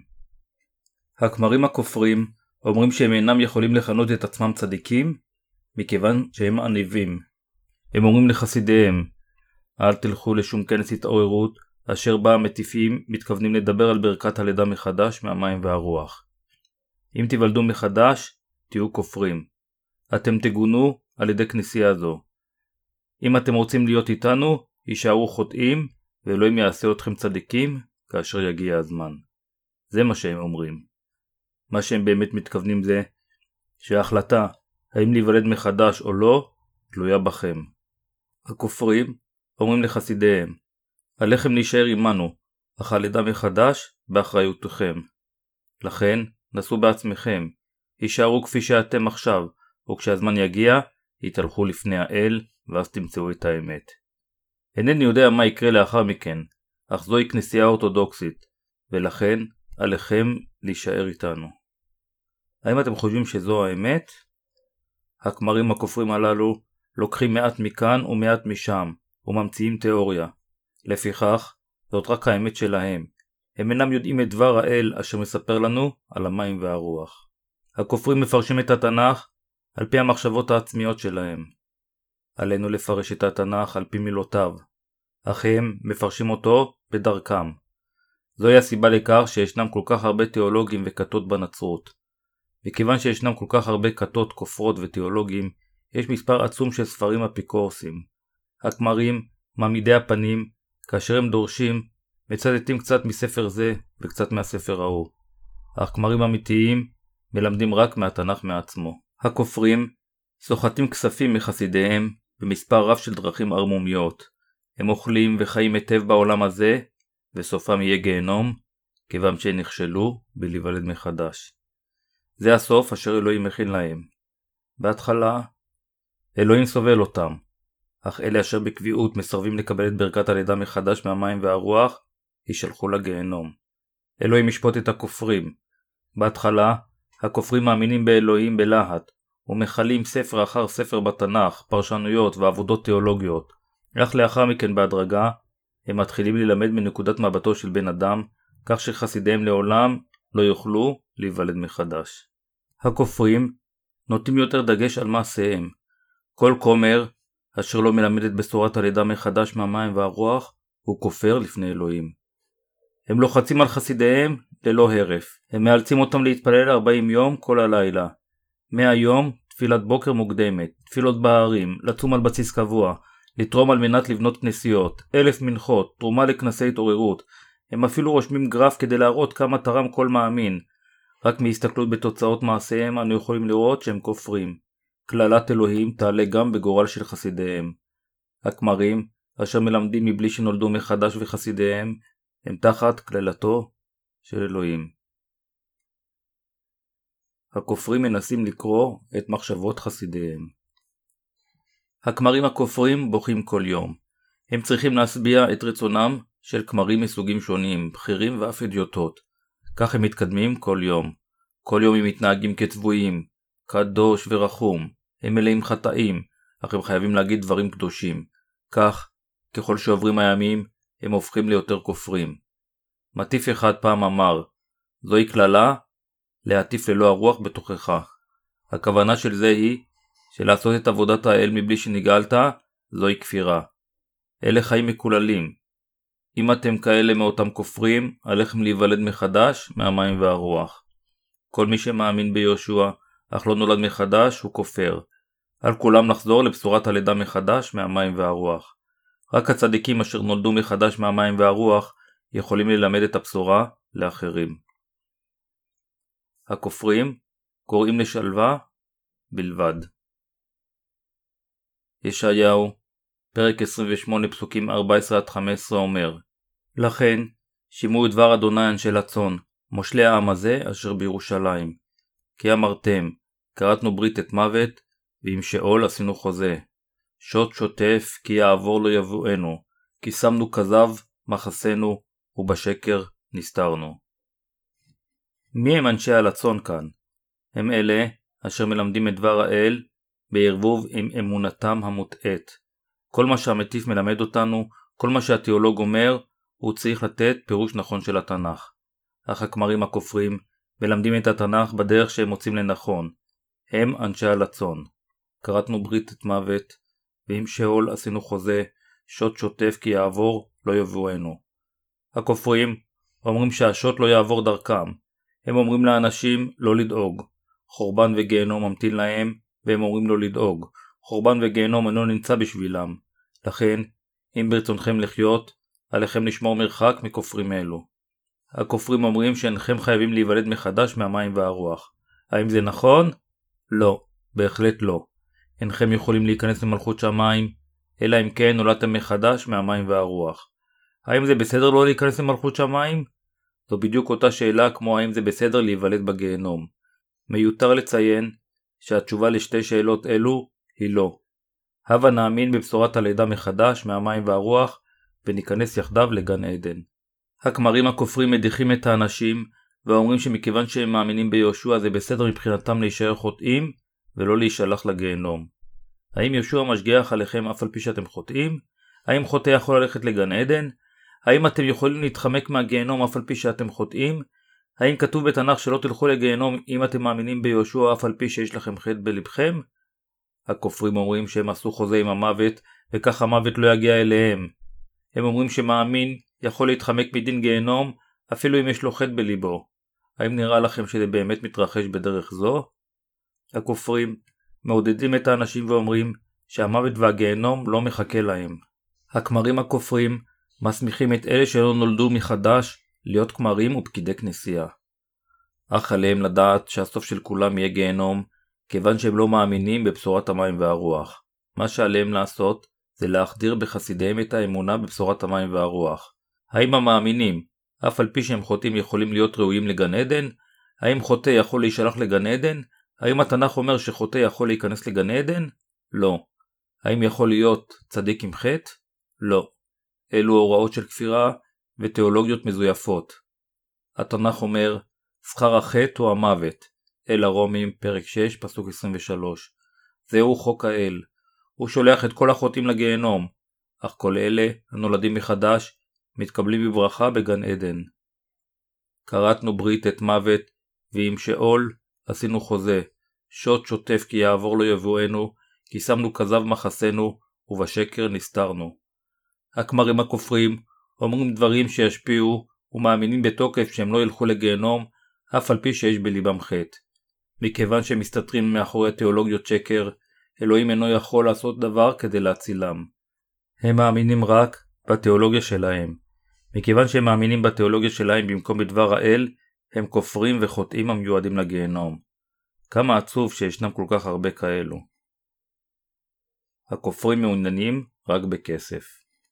הכמרים הכופרים אומרים שהם אינם יכולים לכנות את עצמם צדיקים, מכיוון שהם עניבים. הם אומרים לחסידיהם, אל תלכו לשום כנס התעוררות, אשר בה המטיפים מתכוונים לדבר על ברכת הלידה מחדש מהמים והרוח. אם תיוולדו מחדש, תהיו כופרים. אתם תגונו על ידי כנסייה זו. אם אתם רוצים להיות איתנו, יישארו חוטאים, ואלוהים יעשה אתכם צדיקים כאשר יגיע הזמן. זה מה שהם אומרים. מה שהם באמת מתכוונים זה שההחלטה האם להיוולד מחדש או לא תלויה בכם. הכופרים אומרים לחסידיהם, עליכם להישאר עמנו, אך הלידה מחדש באחריותכם. לכן נסו בעצמכם, יישארו כפי שאתם עכשיו, וכשהזמן יגיע, יתהלכו לפני האל, ואז תמצאו את האמת. אינני יודע מה יקרה לאחר מכן, אך זוהי כנסייה אורתודוקסית, ולכן עליכם להישאר איתנו. האם אתם חושבים שזו האמת? הכמרים הכופרים הללו לוקחים מעט מכאן ומעט משם, וממציאים תיאוריה. לפיכך, זאת רק האמת שלהם. הם אינם יודעים את דבר האל אשר מספר לנו על המים והרוח. הכופרים מפרשים את התנ"ך על פי המחשבות העצמיות שלהם. עלינו לפרש את התנ"ך על פי מילותיו, אך הם מפרשים אותו בדרכם. זוהי הסיבה לכך שישנם כל כך הרבה תיאולוגים וכתות בנצרות. מכיוון שישנם כל כך הרבה כתות, כופרות ותיאולוגים, יש מספר עצום של ספרים אפיקורסים. הכמרים, מעמידי הפנים, כאשר הם דורשים, מצטטים קצת מספר זה וקצת מהספר ההוא. אך כמרים אמיתיים מלמדים רק מהתנ"ך מעצמו. הכופרים סוחטים כספים מחסידיהם במספר רב של דרכים ערמומיות. הם אוכלים וחיים היטב בעולם הזה, וסופם יהיה גיהנום, כיוון שהם נכשלו בלהיוולד מחדש. זה הסוף אשר אלוהים מכין להם. בהתחלה, אלוהים סובל אותם, אך אלה אשר בקביעות מסרבים לקבל את ברכת הלידה מחדש מהמים והרוח, יישלחו לגיהנום. אלוהים ישפוט את הכופרים. בהתחלה, הכופרים מאמינים באלוהים בלהט, ומחלים ספר אחר ספר בתנ"ך, פרשנויות ועבודות תיאולוגיות. אך לאחר מכן בהדרגה, הם מתחילים ללמד מנקודת מבטו של בן אדם, כך שחסידיהם לעולם לא יוכלו להיוולד מחדש. הכופרים נוטים יותר דגש על מעשיהם. כל כומר אשר לא מלמד את בשורת הלידה מחדש מהמים והרוח, הוא כופר לפני אלוהים. הם לוחצים על חסידיהם ללא הרף. הם מאלצים אותם להתפלל ארבעים יום כל הלילה. מאה יום תפילת בוקר מוקדמת, תפילות בערים, לצום על בסיס קבוע, לתרום על מנת לבנות כנסיות, אלף מנחות, תרומה לכנסי התעוררות. הם אפילו רושמים גרף כדי להראות כמה תרם כל מאמין. רק מהסתכלות בתוצאות מעשיהם אנו יכולים לראות שהם כופרים. כללת אלוהים תעלה גם בגורל של חסידיהם. הכמרים, אשר מלמדים מבלי שנולדו מחדש וחסידיהם, הם תחת כללתו של אלוהים. הכופרים מנסים לקרוא את מחשבות חסידיהם. הכמרים הכופרים בוכים כל יום. הם צריכים להשביע את רצונם של כמרים מסוגים שונים, בכירים ואף אדיוטות. כך הם מתקדמים כל יום. כל יום הם מתנהגים כצבועים, קדוש ורחום. הם מלאים חטאים, אך הם חייבים להגיד דברים קדושים. כך, ככל שעוברים הימים, הם הופכים ליותר כופרים. מטיף אחד פעם אמר, זוהי כללה, להטיף ללא הרוח בתוכך. הכוונה של זה היא, שלעשות את עבודת האל מבלי שנגאלת, זוהי כפירה. אלה חיים מקוללים. אם אתם כאלה מאותם כופרים, עליכם להיוולד מחדש מהמים והרוח. כל מי שמאמין ביהושע, אך לא נולד מחדש, הוא כופר. על כולם לחזור לבשורת הלידה מחדש מהמים והרוח. רק הצדיקים אשר נולדו מחדש מהמים והרוח, יכולים ללמד את הבשורה לאחרים. הכופרים קוראים לשלווה בלבד. ישעיהו, פרק עשרים ושמונה פסוקים ארבע עשרה עד חמש עשרה אומר, לכן, שימו את דבר אדוני אנשי הצאן, מושלי העם הזה אשר בירושלים. כי אמרתם, כרתנו ברית את מוות, ועם שאול עשינו חוזה. שוט שוטף, כי יעבור לא יבואנו, כי שמנו כזב מחסנו, ובשקר נסתרנו. מי הם אנשי הצאן כאן? הם אלה אשר מלמדים את דבר האל, בערבוב עם אמונתם המוטעת. כל מה שהמטיף מלמד אותנו, כל מה שהתיאולוג אומר, הוא צריך לתת פירוש נכון של התנ"ך. אך הכמרים הכופרים מלמדים את התנ"ך בדרך שהם מוצאים לנכון. הם אנשי הצאן. כרתנו ברית את מוות, ועם שאול עשינו חוזה, שוט שוטף כי יעבור לא יבואנו. הכופרים אומרים שהשוט לא יעבור דרכם. הם אומרים לאנשים לא לדאוג. חורבן וגיהנום ממתין להם, והם אומרים לא לדאוג. חורבן וגיהנום אינו נמצא בשבילם. לכן, אם ברצונכם לחיות, עליכם לשמור מרחק מכופרים אלו. הכופרים אומרים שאינכם חייבים להיוולד מחדש מהמים והרוח. האם זה נכון? לא, בהחלט לא. אינכם יכולים להיכנס למלכות שמיים, אלא אם כן נולדתם מחדש מהמים והרוח. האם זה בסדר לא להיכנס למלכות שמיים? זו בדיוק אותה שאלה כמו האם זה בסדר להיוולד בגיהנום. מיותר לציין שהתשובה לשתי שאלות אלו היא לא. הבה נאמין בבשורת הלידה מחדש מהמים והרוח וניכנס יחדיו לגן עדן. הכמרים הכופרים מדיחים את האנשים ואומרים שמכיוון שהם מאמינים ביהושע זה בסדר מבחינתם להישאר חוטאים ולא להישלח לגיהנום. האם יהושע משגיח עליכם אף על פי שאתם חוטאים? האם חוטא יכול ללכת לגן עדן? האם אתם יכולים להתחמק מהגיהנום אף על פי שאתם חוטאים? האם כתוב בתנ"ך שלא תלכו לגיהנום אם אתם מאמינים ביהושע אף על פי שיש לכם חטא בלבכם? הכופרים אומרים שהם עשו חוזה עם המוות וכך המוות לא יגיע אליהם. הם אומרים שמאמין יכול להתחמק מדין גיהנום אפילו אם יש לו חטא בליבו. האם נראה לכם שזה באמת מתרחש בדרך זו? הכופרים מעודדים את האנשים ואומרים שהמוות והגיהנום לא מחכה להם. הכמרים הכופרים מסמיכים את אלה שלא נולדו מחדש להיות כמרים ופקידי כנסייה. אך עליהם לדעת שהסוף של כולם יהיה גיהנום, כיוון שהם לא מאמינים בבשורת המים והרוח. מה שעליהם לעשות זה להחדיר בחסידיהם את האמונה בבשורת המים והרוח. האם המאמינים, אף על פי שהם חוטאים יכולים להיות ראויים לגן עדן? האם חוטא יכול להישלח לגן עדן? האם התנ"ך אומר שחוטא יכול להיכנס לגן עדן? לא. האם יכול להיות צדיק עם חטא? לא. אלו הוראות של כפירה ותיאולוגיות מזויפות. התנ"ך אומר, שכר החטא הוא המוות. אל הרומים, פרק שש, פסוק עשרים ושלוש. זהו חוק האל. הוא שולח את כל החוטאים לגיהנום, אך כל אלה, הנולדים מחדש, מתקבלים בברכה בגן עדן. כרתנו ברית את מוות, ועם שאול עשינו חוזה. שוט שוטף כי יעבור לא יבואנו, כי שמנו כזב מחסנו, ובשקר נסתרנו. הכמרים הכופרים אומרים דברים שישפיעו, ומאמינים בתוקף שהם לא ילכו לגיהנום, אף על פי שיש בליבם חטא. מכיוון שהם מסתתרים מאחורי תיאולוגיות שקר, אלוהים אינו יכול לעשות דבר כדי להצילם. הם מאמינים רק בתיאולוגיה שלהם. מכיוון שהם מאמינים בתיאולוגיה שלהם במקום בדבר האל, הם כופרים וחוטאים המיועדים לגיהנום. כמה עצוב שישנם כל כך הרבה כאלו. הכופרים מעוניינים רק בכסף.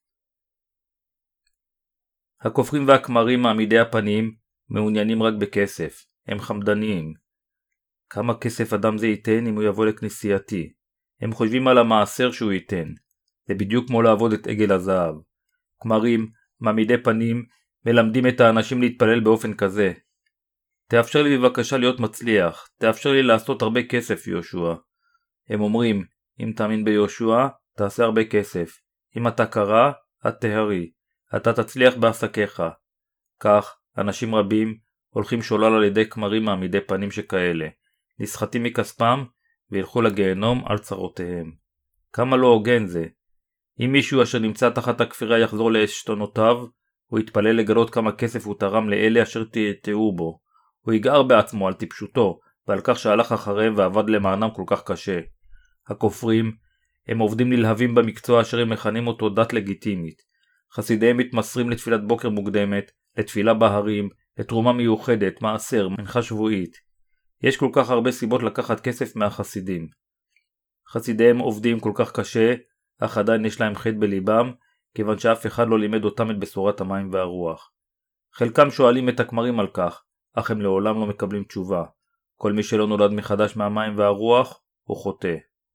הכופרים והכמרים מעמידי הפנים מעוניינים רק בכסף. הם חמדניים. כמה כסף אדם זה ייתן אם הוא יבוא לכנסייתי? הם חושבים על המעשר שהוא ייתן. זה בדיוק כמו לעבוד את עגל הזהב. כמרים, מעמידי פנים, מלמדים את האנשים להתפלל באופן כזה. תאפשר לי בבקשה להיות מצליח. תאפשר לי לעשות הרבה כסף, יהושע. הם אומרים, אם תאמין ביהושע, תעשה הרבה כסף. אם אתה קרא, את תהרי. אתה תצליח בעסקיך. כך, אנשים רבים הולכים שולל על ידי כמרים מעמידי פנים שכאלה. נסחטים מכספם וילכו לגיהנום על צרותיהם. כמה לא הוגן זה. אם מישהו אשר נמצא תחת הכפירה יחזור לעשתונותיו, הוא יתפלל לגלות כמה כסף הוא תרם לאלה אשר תיעתעו בו. הוא יגער בעצמו על טיפשותו ועל כך שהלך אחריהם ועבד למענם כל כך קשה. הכופרים הם עובדים נלהבים במקצוע אשר הם מכנים אותו דת לגיטימית. חסידיהם מתמסרים לתפילת בוקר מוקדמת, לתפילה בהרים, לתרומה מיוחדת, מעשר, מנחה שבועית. יש כל כך הרבה סיבות לקחת כסף מהחסידים. חסידיהם עובדים כל כך קשה, אך עדיין יש להם חטא בליבם, כיוון שאף אחד לא לימד אותם את בשורת המים והרוח. חלקם שואלים את הכמרים על כך, אך הם לעולם לא מקבלים תשובה. כל מי שלא נולד מחדש מהמים והרוח, הוא חוטא.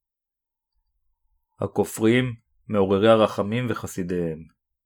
הכופרים, מעוררי הרחמים וחסידיהם.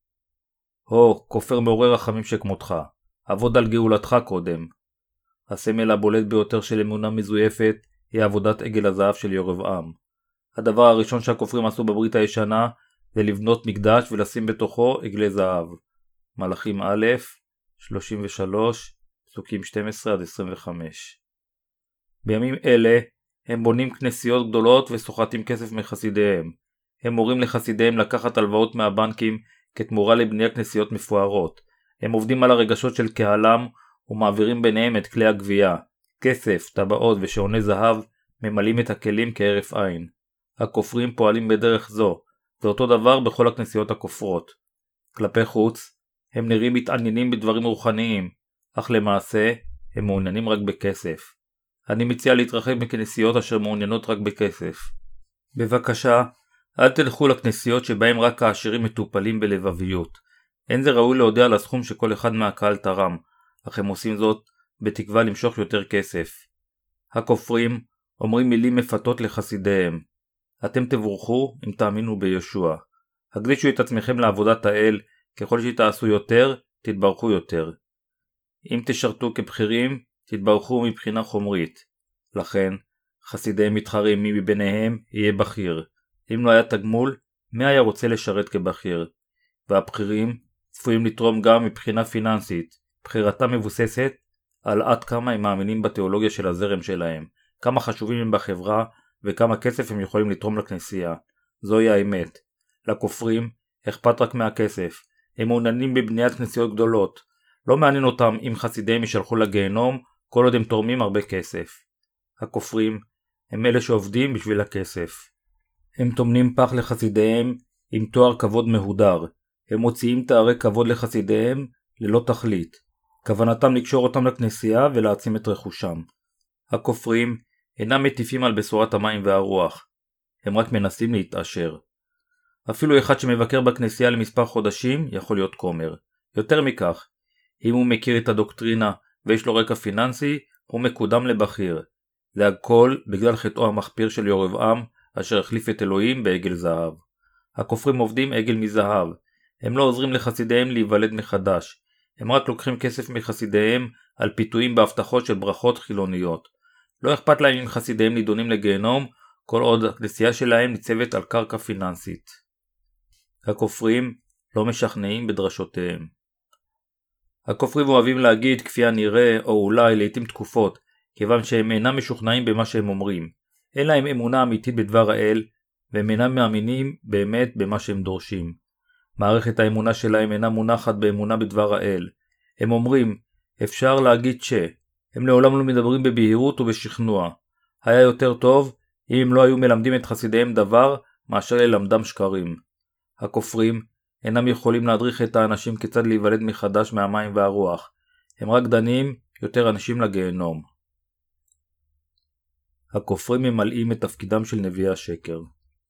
הו, כופר מעורר רחמים שכמותך, עבוד על גאולתך קודם. הסמל הבולט ביותר של אמונה מזויפת היא עבודת עגל הזהב של ירבעם. הדבר הראשון שהכופרים עשו בברית הישנה זה לבנות מקדש ולשים בתוכו עגלי זהב. מלאכים א', שלושים ושלוש, פסוקים שתים עשרה עד עשרים וחמש. בימים אלה הם בונים כנסיות גדולות וסוחטים כסף מחסידיהם. הם מורים לחסידיהם לקחת הלוואות מהבנקים כתמורה לבניית כנסיות מפוארות. הם עובדים על הרגשות של קהלם ומעבירים ביניהם את כלי הגבייה. כסף, טבעות ושעוני זהב ממלאים את הכלים כהרף עין. הכופרים פועלים בדרך זו. זה אותו דבר בכל הכנסיות הכופרות. כלפי חוץ, הם נראים מתעניינים בדברים רוחניים, אך למעשה הם מעוניינים רק בכסף. אני מציע להתרחק מכנסיות אשר מעוניינות רק בכסף. בבקשה, אל תלכו לכנסיות שבהם רק העשירים מטופלים בלבביות. אין זה ראוי להודיע על הסכום שכל אחד מהקהל תרם, אך הם עושים זאת בתקווה למשוך יותר כסף. הכופרים אומרים מילים מפתות לחסידיהם. אתם תבורכו אם תאמינו בישוע. הקדישו את עצמכם לעבודת האל, ככל שתעשו יותר, תתברכו יותר. אם תשרתו כבחירים, תתברכו מבחינה חומרית. לכן, חסידיהם מתחרים מי מביניהם יהיה בכיר. אם לא היה תגמול, מי היה רוצה לשרת כבכיר? והבחירים צפויים לתרום גם מבחינה פיננסית. בחירתם מבוססת על עד כמה הם מאמינים בתיאולוגיה של הזרם שלהם, כמה חשובים הם בחברה וכמה כסף הם יכולים לתרום לכנסייה. זוהי האמת. לכופרים אכפת רק מהכסף. הם מעוניינים בבניית כנסיות גדולות. לא מעניין אותם אם חסידיהם ישלחו לגיהנום כל עוד הם תורמים הרבה כסף. הכופרים הם אלה שעובדים בשביל הכסף. הם טומנים פח לחסידיהם עם תואר כבוד מהודר. הם מוציאים תארי כבוד לחסידיהם ללא תכלית. כוונתם לקשור אותם לכנסייה ולהעצים את רכושם. הכופרים אינם מטיפים על בשורת המים והרוח. הם רק מנסים להתעשר. אפילו אחד שמבקר בכנסייה למספר חודשים יכול להיות כומר. יותר מכך, אם הוא מכיר את הדוקטרינה ויש לו רקע פיננסי, הוא מקודם לבכיר. זה הכל בגלל חטאו המחפיר של ירבעם, אשר החליף את אלוהים בעגל זהב. הכופרים עובדים עגל מזהב. הם לא עוזרים לחסידיהם להיוולד מחדש. הם רק לוקחים כסף מחסידיהם על פיתויים בהבטחות של ברכות חילוניות. לא אכפת להם אם חסידיהם נידונים לגיהנום, כל עוד הכנסייה שלהם ניצבת על קרקע פיננסית. הכופרים לא משכנעים בדרשותיהם. הכופרים אוהבים להגיד כפי הנראה או אולי לעתים תקופות, כיוון שהם אינם משוכנעים במה שהם אומרים. אין להם אמונה אמיתית בדבר האל, והם אינם מאמינים באמת במה שהם דורשים. מערכת האמונה שלהם אינה מונחת באמונה בדבר האל. הם אומרים, אפשר להגיד ש, הם לעולם לא מדברים בבהירות ובשכנוע. היה יותר טוב אם הם לא היו מלמדים את חסידיהם דבר מאשר ללמדם שקרים. הכופרים אינם יכולים להדריך את האנשים כיצד להיוולד מחדש מהמים והרוח. הם רק דנים יותר אנשים לגיהנום. הכופרים ממלאים את תפקידם של נביאי השקר.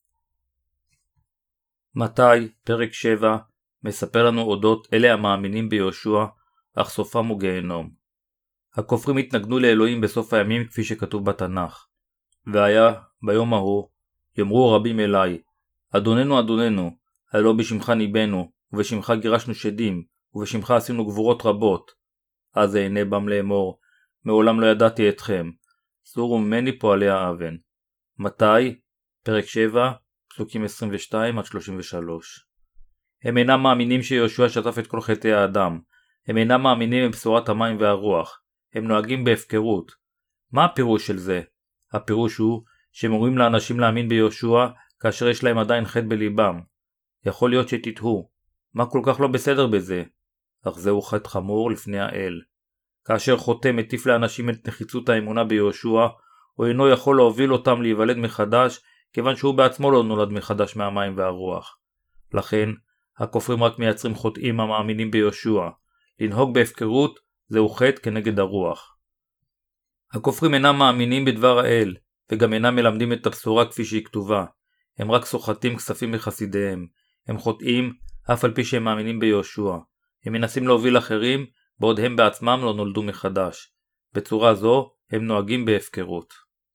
מתי, פרק שבע, מספר לנו אודות אלה המאמינים ביהושע, אך סופם הוא גיהנום. הכופרים התנגנו לאלוהים בסוף הימים כפי שכתוב בתנ"ך. והיה ביום ההוא, יאמרו רבים אליי, אדוננו אדוננו, הלא בשמך ניבאנו, ובשמך גירשנו שדים, ובשמך עשינו גבורות רבות. אז אענה בם לאמור, מעולם לא ידעתי אתכם, סורו ממני פועלי האוון. מתי, פרק שבע, פסוקים עשרים ושתיים עד שלושים ושלוש. הם אינם מאמינים שיהושע שטף את כל חטאי האדם. הם אינם מאמינים בבשורת המים והרוח. הם נוהגים בהפקרות. מה הפירוש של זה? הפירוש הוא שהם אומרים לאנשים להאמין ביהושע כאשר יש להם עדיין חטא בליבם. יכול להיות שתתהו. מה כל כך לא בסדר בזה? אך זהו חטא חמור לפני האל. כאשר חוטא מטיף לאנשים את נחיצות האמונה ביהושע, הוא אינו יכול להוביל אותם להיוולד מחדש, כיוון שהוא בעצמו לא נולד מחדש מהמים והרוח. לכן, הכופרים רק מייצרים חוטאים המאמינים ביהושע. לנהוג בהפקרות זהו חטא כנגד הרוח. הכופרים אינם מאמינים בדבר האל, וגם אינם מלמדים את הבשורה כפי שהיא כתובה. הם רק סוחטים כספים מחסידיהם. הם חוטאים אף על פי שהם מאמינים ביהושע. הם מנסים להוביל אחרים, בעוד הם בעצמם לא נולדו מחדש. בצורה זו הם נוהגים בהפקרות.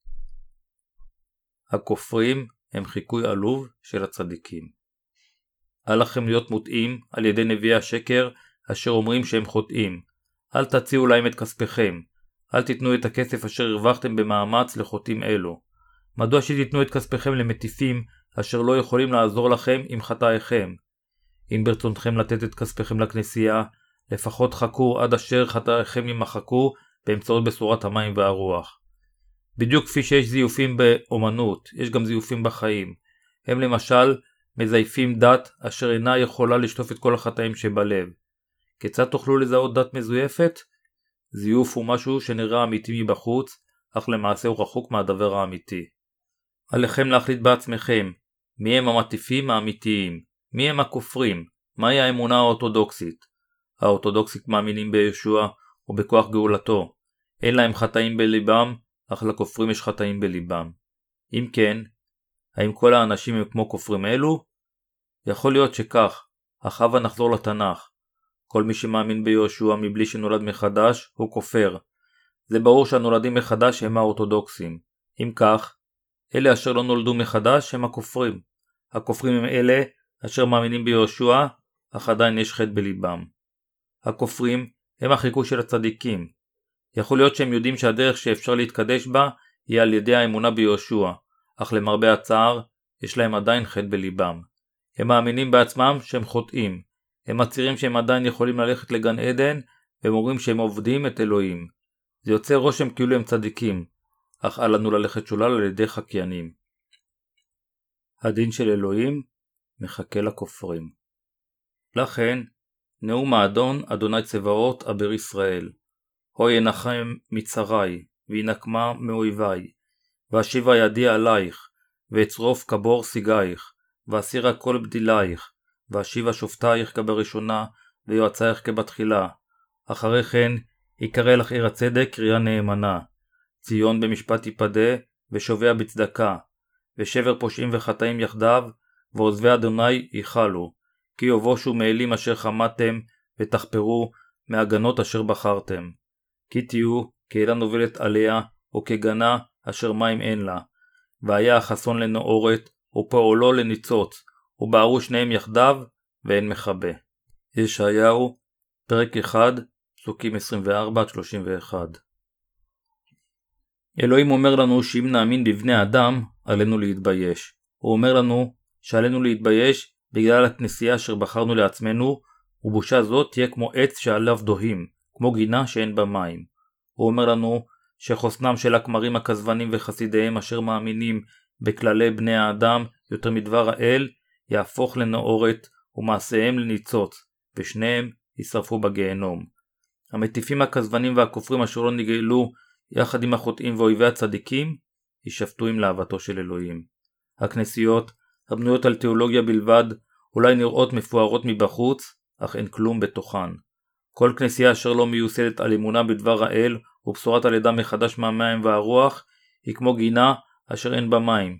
הכופרים הם חיקוי עלוב של הצדיקים. אל לכם להיות מוטעים על ידי נביאי השקר אשר אומרים שהם חוטאים. אל תציעו להם את כספיכם. אל תיתנו את הכסף אשר הרווחתם במאמץ לחוטאים אלו. מדוע שתיתנו את כספיכם למטיפים אשר לא יכולים לעזור לכם עם חטאיכם? אם ברצונכם לתת את כספיכם לכנסייה, לפחות חכו עד אשר חטאיכם יימחקו באמצעות בשורת המים והרוח. בדיוק כפי שיש זיופים באומנות, יש גם זיופים בחיים. הם למשל מזייפים דת אשר אינה יכולה לשטוף את כל החטאים שבלב. כיצד תוכלו לזהות דת מזויפת? זיוף הוא משהו שנראה אמיתי מבחוץ, אך למעשה הוא רחוק מהדבר האמיתי. עליכם להחליט בעצמכם, מי הם המטיפים האמיתיים, מי הם הכופרים, מהי האמונה האורתודוקסית. האורתודוקסית מאמינים ביהושע ובכוח גאולתו. אין להם חטאים בליבם, אך לכופרים יש חטאים בליבם. אם כן, האם כל האנשים הם כמו כופרים אלו? יכול להיות שכך, אך הבה נחזור לתנ"ך. כל מי שמאמין ביהושע מבלי שנולד מחדש הוא כופר. זה ברור שהנולדים מחדש הם האורתודוקסים. אם כך, אלה אשר לא נולדו מחדש הם הכופרים. הכופרים הם אלה אשר מאמינים ביהושע, אך עדיין יש חטא בליבם. הכופרים הם החיקוי של הצדיקים. יכול להיות שהם יודעים שהדרך שאפשר להתקדש בה היא על ידי האמונה ביהושע, אך למרבה הצער יש להם עדיין חטא בליבם. הם מאמינים בעצמם שהם חוטאים. הם מצהירים שהם עדיין יכולים ללכת לגן עדן, והם אומרים שהם עובדים את אלוהים. זה יוצא רושם כאילו הם צדיקים, אך אל לנו ללכת שולל על ידי חקיינים. הדין של אלוהים מחכה לכופרים. לכן, נאום האדון אדוני צבאות אבר ישראל. הו ינחם מצרי, וינקמה מאויבי, ואשיבה ידי עלייך, ואצרוף כבור סיגייך, ואסירה כל בדילייך, ואשיבה שופטייך כבראשונה, ויועצייך כבתחילה. אחרי כן, יקרא לך עיר הצדק קריאה נאמנה. ציון במשפט יפדה, ושובע בצדקה. ושבר פושעים וחטאים יחדיו, ועוזבי אדוני יחלו. כי יובושו מאלים אשר חמתם, ותחפרו מהגנות אשר בחרתם. כי תהיו כאלה נובלת עליה, או כגנה אשר מים אין לה. והיה החסון לנאורת, ופעולו לניצוץ, ובערו שניהם יחדיו, ואין מחבה. ישעיהו, פרק אחד, פסוקים עשרים וארבע עד שלושים ואחת. אלוהים אומר לנו שאם נאמין בבני אדם, עלינו להתבייש. הוא אומר לנו שעלינו להתבייש בגלל הכנסייה אשר בחרנו לעצמנו, ובושה זאת תהיה כמו עץ שעליו דוהים, כמו גינה שאין בה מים. הוא אומר לנו שחוסנם של הכמרים הכזבנים וחסידיהם אשר מאמינים בכללי בני האדם יותר מדבר האל, יהפוך לנאורת ומעשיהם לניצוץ, ושניהם ישרפו בגיהנום. המטיפים הכזבנים והכופרים אשר לא נגאלו יחד עם החוטאים ואויבי הצדיקים, יישפטו עם להבתו של אלוהים. הכנסיות, הבנויות על תיאולוגיה בלבד, אולי נראות מפוארות מבחוץ, אך אין כלום בתוכן. כל כנסייה אשר לא מיוסדת על אמונה בדבר האל ובשורת הלידה מחדש מהמים והרוח, היא כמו גינה אשר אין בה מים.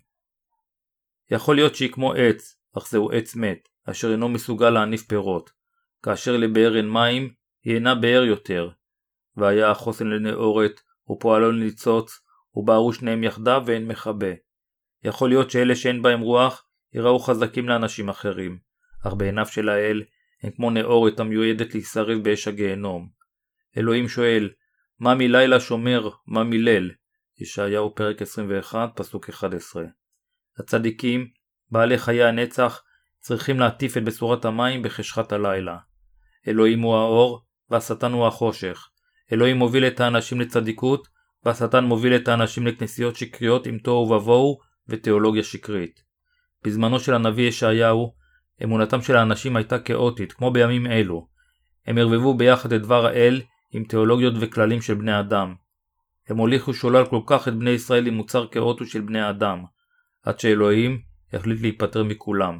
יכול להיות שהיא כמו עץ, אך זהו עץ מת, אשר אינו מסוגל להניף פירות. כאשר לבאר אין מים, היא אינה באר יותר. והיה החוסן לנאורת, ופועלו לניצוץ, ובערו שניהם יחדיו ואין מחבה. יכול להיות שאלה שאין בהם רוח, יראו חזקים לאנשים אחרים, אך בעיניו של האל, הם כמו נאורת המיועדת להישרף באש הגיהנום. אלוהים שואל, מה מלילה שומר, מה מליל? ישעיהו פרק עשרים ואחת, פסוק אחת עשרה. הצדיקים, בעלי חיי הנצח, צריכים להטיף את בשורת המים בחשכת הלילה. אלוהים הוא האור, והשטן הוא החושך. אלוהים מוביל את האנשים לצדיקות, והשטן מוביל את האנשים לכנסיות שקריות עם תוהו ובוהו ותיאולוגיה שקרית. בזמנו של הנביא ישעיהו, אמונתם של האנשים הייתה כאוטית, כמו בימים אלו. הם הרבבו ביחד את דבר האל עם תיאולוגיות וכללים של בני אדם. הם הוליכו שולל כל כך את בני ישראל עם מוצר כאוטו של בני אדם, עד שאלוהים יחליט להיפטר מכולם.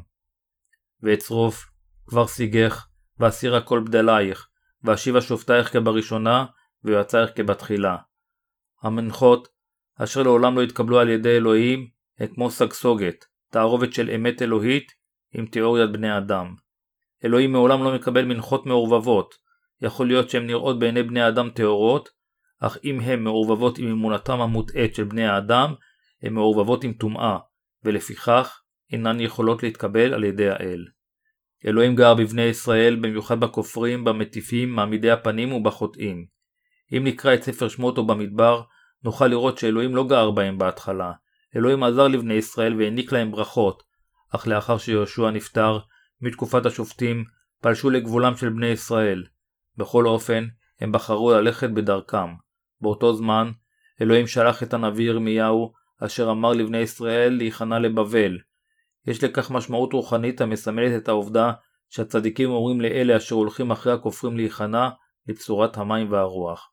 ואצרוף, כבר שיגך, ואסירה כל בדלייך, ואשיבה שופטייך כבראשונה, ויועצייך כבתחילה. המנחות, אשר לעולם לא התקבלו על ידי אלוהים, הם כמו סגסוגת, תערובת של אמת אלוהית, עם תיאוריית בני אדם. אלוהים מעולם לא מקבל מנחות מעורבבות. יכול להיות שהן נראות בעיני בני אדם תיאורות, אך אם הן מעורבבות עם אמונתם המוטעית של בני האדם, הן מעורבבות עם טומאה, ולפיכך אינן יכולות להתקבל על ידי האל. אלוהים גר בבני ישראל, במיוחד בכופרים, במטיפים, מעמידי הפנים ובחוטאים. אם נקרא את ספר שמות או במדבר, נוכל לראות שאלוהים לא גר בהם בהתחלה. אלוהים עזר לבני ישראל והעניק להם ברכות, אך לאחר שיהושע נפטר, מתקופת השופטים, פלשו לגבולם של בני ישראל. בכל אופן, הם בחרו ללכת בדרכם. באותו זמן, אלוהים שלח את הנביא ירמיהו, אשר אמר לבני ישראל להיכנע לבבל. יש לכך משמעות רוחנית המסמלת את העובדה שהצדיקים אומרים לאלה אשר הולכים אחרי הכופרים להיכנע לבשורת המים והרוח.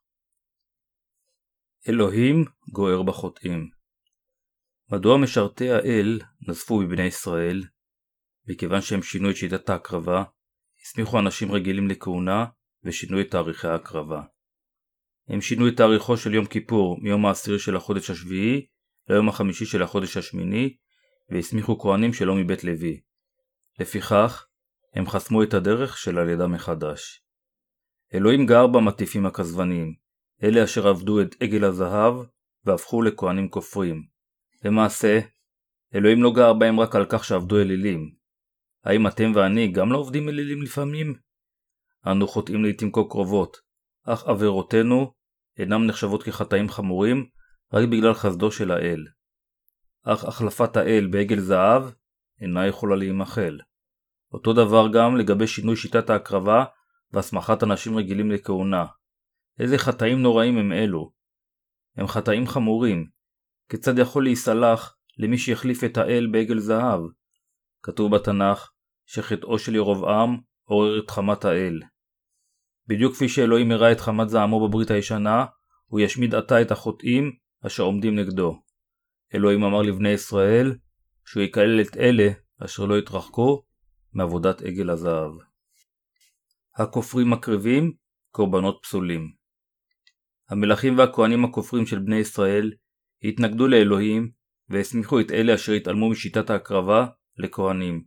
אלוהים גוער בחוטאים. מדוע משרתי האל נזפו בבני ישראל? מכיוון שהם שינו את שיטת ההקרבה, הסמיכו אנשים רגילים לכהונה ושינו את תאריכי ההקרבה. הם שינו את תאריכו של יום כיפור מיום העשירי של החודש השביעי ליום החמישי של החודש השמיני, והסמיכו כהנים שלא מבית לוי. לפיכך, הם חסמו את הדרך של הלידה מחדש. אלוהים גר במטיפים הכזבנים, אלה אשר עבדו את עגל הזהב והפכו לכהנים כופרים. למעשה, אלוהים לא גר בהם רק על כך שעבדו אלילים. האם אתם ואני גם לא עובדים אלילים לפעמים? אנו חוטאים לעתים כה קרובות, אך עבירותינו אינם נחשבות כחטאים חמורים רק בגלל חסדו של האל. אך החלפת האל בעגל זהב אינה יכולה להימחל. אותו דבר גם לגבי שינוי שיטת ההקרבה והסמכת אנשים רגילים לכהונה. איזה חטאים נוראים הם אלו? הם חטאים חמורים. כיצד יכול להיסלח למי שיחליף את האל בעגל זהב? כתוב בתנ"ך שחטאו של ירבעם עורר את חמת האל. בדיוק כפי שאלוהים הראה את חמת זעמו בברית הישנה, הוא ישמיד עתה את החוטאים אשר עומדים נגדו. אלוהים אמר לבני ישראל שהוא יקלל את אלה אשר לא יתרחקו מעבודת עגל הזהב. הכופרים מקריבים קורבנות פסולים. המלכים והכהנים הכופרים של בני ישראל התנגדו לאלוהים והסמיכו את אלה אשר התעלמו משיטת ההקרבה לכהנים.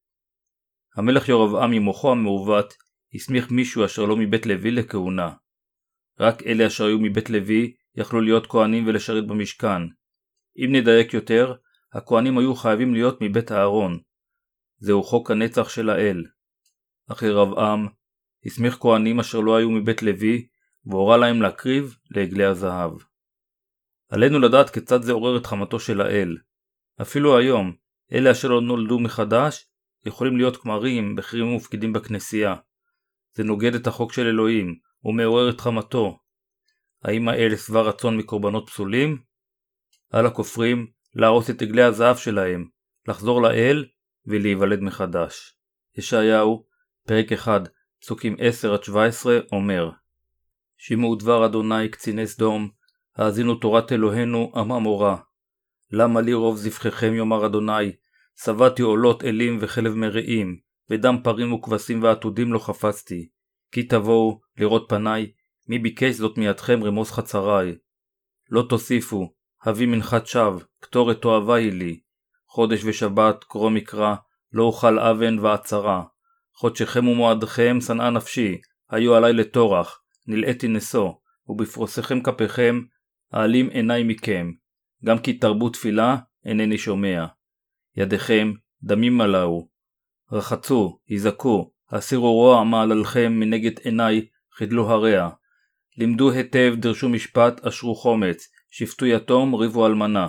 המלך ירבעם עם מוחו המעוות הסמיך מישהו אשר לא מבית לוי לכהונה. רק אלה אשר היו מבית לוי יכלו להיות כהנים ולשרת במשכן. אם נדייק יותר, הכהנים היו חייבים להיות מבית הארון. זהו חוק הנצח של האל. אך ירבעם הסמיך כהנים אשר לא היו מבית לוי והורה להם להקריב לעגלי הזהב. עלינו לדעת כיצד זה עורר את חמתו של האל. אפילו היום, אלה אשר לא נולדו מחדש יכולים להיות כמרים, בכירים ומופקדים בכנסייה. זה נוגד את החוק של אלוהים ומעורר את חמתו. האם האל שבע רצון מקורבנות פסולים? על הכופרים להרוס את עגלי הזהב שלהם, לחזור לאל ולהיוולד מחדש. ישעיהו, פרק אחד, פסוקים עשר עד שבע עשרה אומר: שמעו דבר אדוני קציני סדום, האזינו תורת אלוהינו עם עמורה. למה לי רוב זבחיכם יאמר אדוני, שבעתי עולות אלים וחלב מרעים, ודם פרים וכבשים ועתודים לא חפצתי. כי תבואו לראות פניי, מי ביקש זאת מידכם רמוס חצריי. לא תוסיפו, הביא מנחת שווא, קטורת תועבה היא לי. חודש ושבת, קרוא מקרא, לא אוכל אבן ועצרה. חודשכם ומועדכם שנאה נפשי, היו עלי לטורח, נלאיתי נשוא, ובפרוסכם כפיכם, העלים עיניי מכם. גם כי תרבו תפילה, אינני שומע. ידיכם, דמים מלאו. רחצו, היזקו, הסירו רוע מעללכם מנגד עיניי, חדלו הרע. לימדו היטב, דרשו משפט, אשרו חומץ, שפטו יתום, ריבו אלמנה.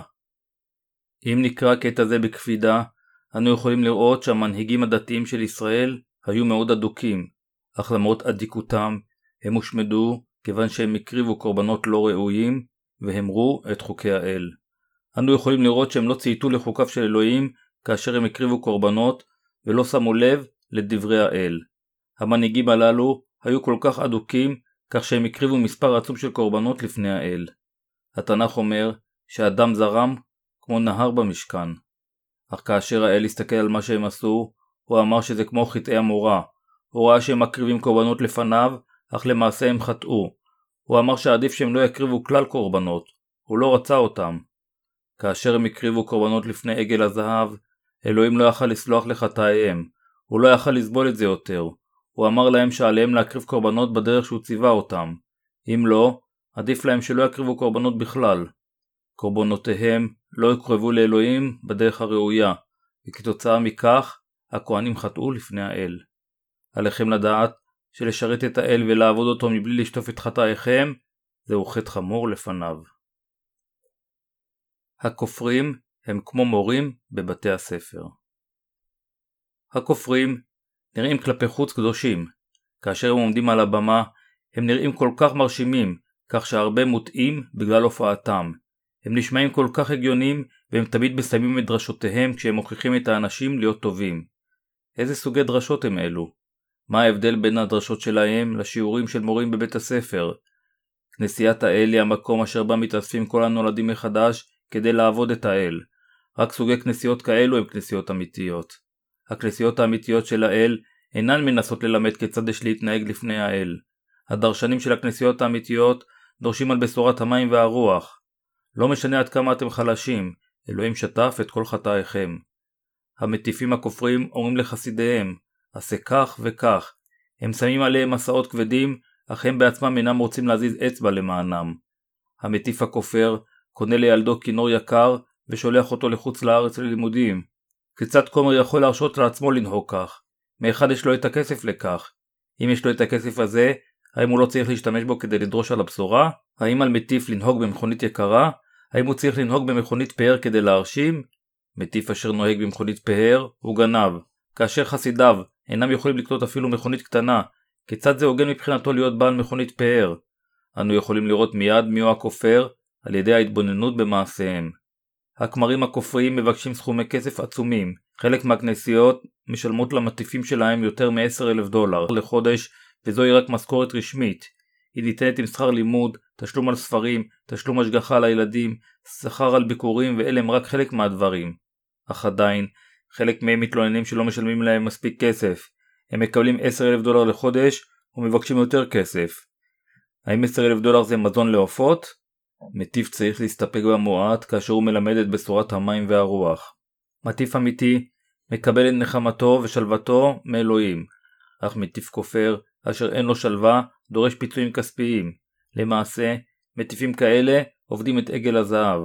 אם נקרא קטע זה בקפידה, אנו יכולים לראות שהמנהיגים הדתיים של ישראל היו מאוד אדוקים, אך למרות אדיקותם, הם הושמדו כיוון שהם הקריבו קורבנות לא ראויים, והמרו את חוקי האל. אנו יכולים לראות שהם לא צייתו לחוקיו של אלוהים, כאשר הם הקריבו קורבנות, ולא שמו לב לדברי האל. המנהיגים הללו היו כל כך אדוקים, כך שהם הקריבו מספר עצום של קורבנות לפני האל. התנ"ך אומר שהדם זרם כמו נהר במשכן. אך כאשר האל הסתכל על מה שהם עשו, הוא אמר שזה כמו חטאי המורה. הוא ראה שהם מקריבים קורבנות לפניו, אך למעשה הם חטאו. הוא אמר שעדיף שהם לא יקריבו כלל קורבנות. הוא לא רצה אותם. כאשר הם הקריבו קורבנות לפני עגל הזהב, אלוהים לא יכל לסלוח לחטאיהם. הוא לא יכל לסבול את זה יותר. הוא אמר להם שעליהם להקריב קורבנות בדרך שהוא ציווה אותם. אם לא, עדיף להם שלא יקריבו קורבנות בכלל. קורבנותיהם לא יקרבו לאלוהים בדרך הראויה, וכתוצאה מכך הכהנים חטאו לפני האל. עליכם לדעת שלשרת את האל ולעבוד אותו מבלי לשטוף את חטאיכם, זהו חטא חמור לפניו. הכופרים הם כמו מורים בבתי הספר. הכופרים נראים כלפי חוץ קדושים. כאשר הם עומדים על הבמה, הם נראים כל כך מרשימים, כך שהרבה מוטעים בגלל הופעתם. הם נשמעים כל כך הגיוניים, והם תמיד מסיימים את דרשותיהם כשהם מוכיחים את האנשים להיות טובים. איזה סוגי דרשות הם אלו? מה ההבדל בין הדרשות שלהם לשיעורים של מורים בבית הספר? כנסיית האל היא המקום אשר בה מתאספים כל הנולדים מחדש כדי לעבוד את האל. רק סוגי כנסיות כאלו הם כנסיות אמיתיות. הכנסיות האמיתיות של האל אינן מנסות ללמד כיצד יש להתנהג לפני האל. הדרשנים של הכנסיות האמיתיות דורשים על בשורת המים והרוח. לא משנה עד כמה אתם חלשים, אלוהים שטף את כל חטאיכם. המטיפים הכופרים אומרים לחסידיהם, עשה כך וכך. הם שמים עליהם מסעות כבדים, אך הם בעצמם אינם רוצים להזיז אצבע למענם. המטיף הכופר קונה לילדו כינור יקר ושולח אותו לחוץ לארץ ללימודים. כיצד כומר יכול להרשות לעצמו לנהוג כך? מאחד יש לו את הכסף לכך. אם יש לו את הכסף הזה, האם הוא לא צריך להשתמש בו כדי לדרוש על הבשורה? האם על מטיף לנהוג במכונית יקרה? האם הוא צריך לנהוג במכונית פאר כדי להרשים? מטיף אשר נוהג במכונית פאר הוא גנב. כאשר חסידיו אינם יכולים לקנות אפילו מכונית קטנה, כיצד זה הוגן מבחינתו להיות בעל מכונית פאר? אנו יכולים לראות מיד מיהו הכופר על ידי ההתבוננות במעשיהם. הכמרים הכופריים מבקשים סכומי כסף עצומים. חלק מהכנסיות משלמות למטיפים שלהם יותר מ-עשרת אלפים דולר לחודש, וזוהי רק משכורת רשמית. היא ניתנת עם שכר לימוד, תשלום על ספרים, תשלום השגחה לילדים, שכר על ביקורים, ואלה הם רק חלק מהדברים. אך עדיין, חלק מהם מתלוננים שלא משלמים להם מספיק כסף. הם מקבלים עשרת אלפים דולר לחודש ומבקשים יותר כסף. האם עשרת אלפים דולר זה מזון לעופות? מטיף צריך להסתפק במועט כאשר הוא מלמד את בשורת המים והרוח. מטיף אמיתי מקבל את נחמתו ושלוותו מאלוהים, אך מטיף כופר אשר אין לו שלווה דורש פיצויים כספיים. למעשה, מטיפים כאלה עובדים את עגל הזהב.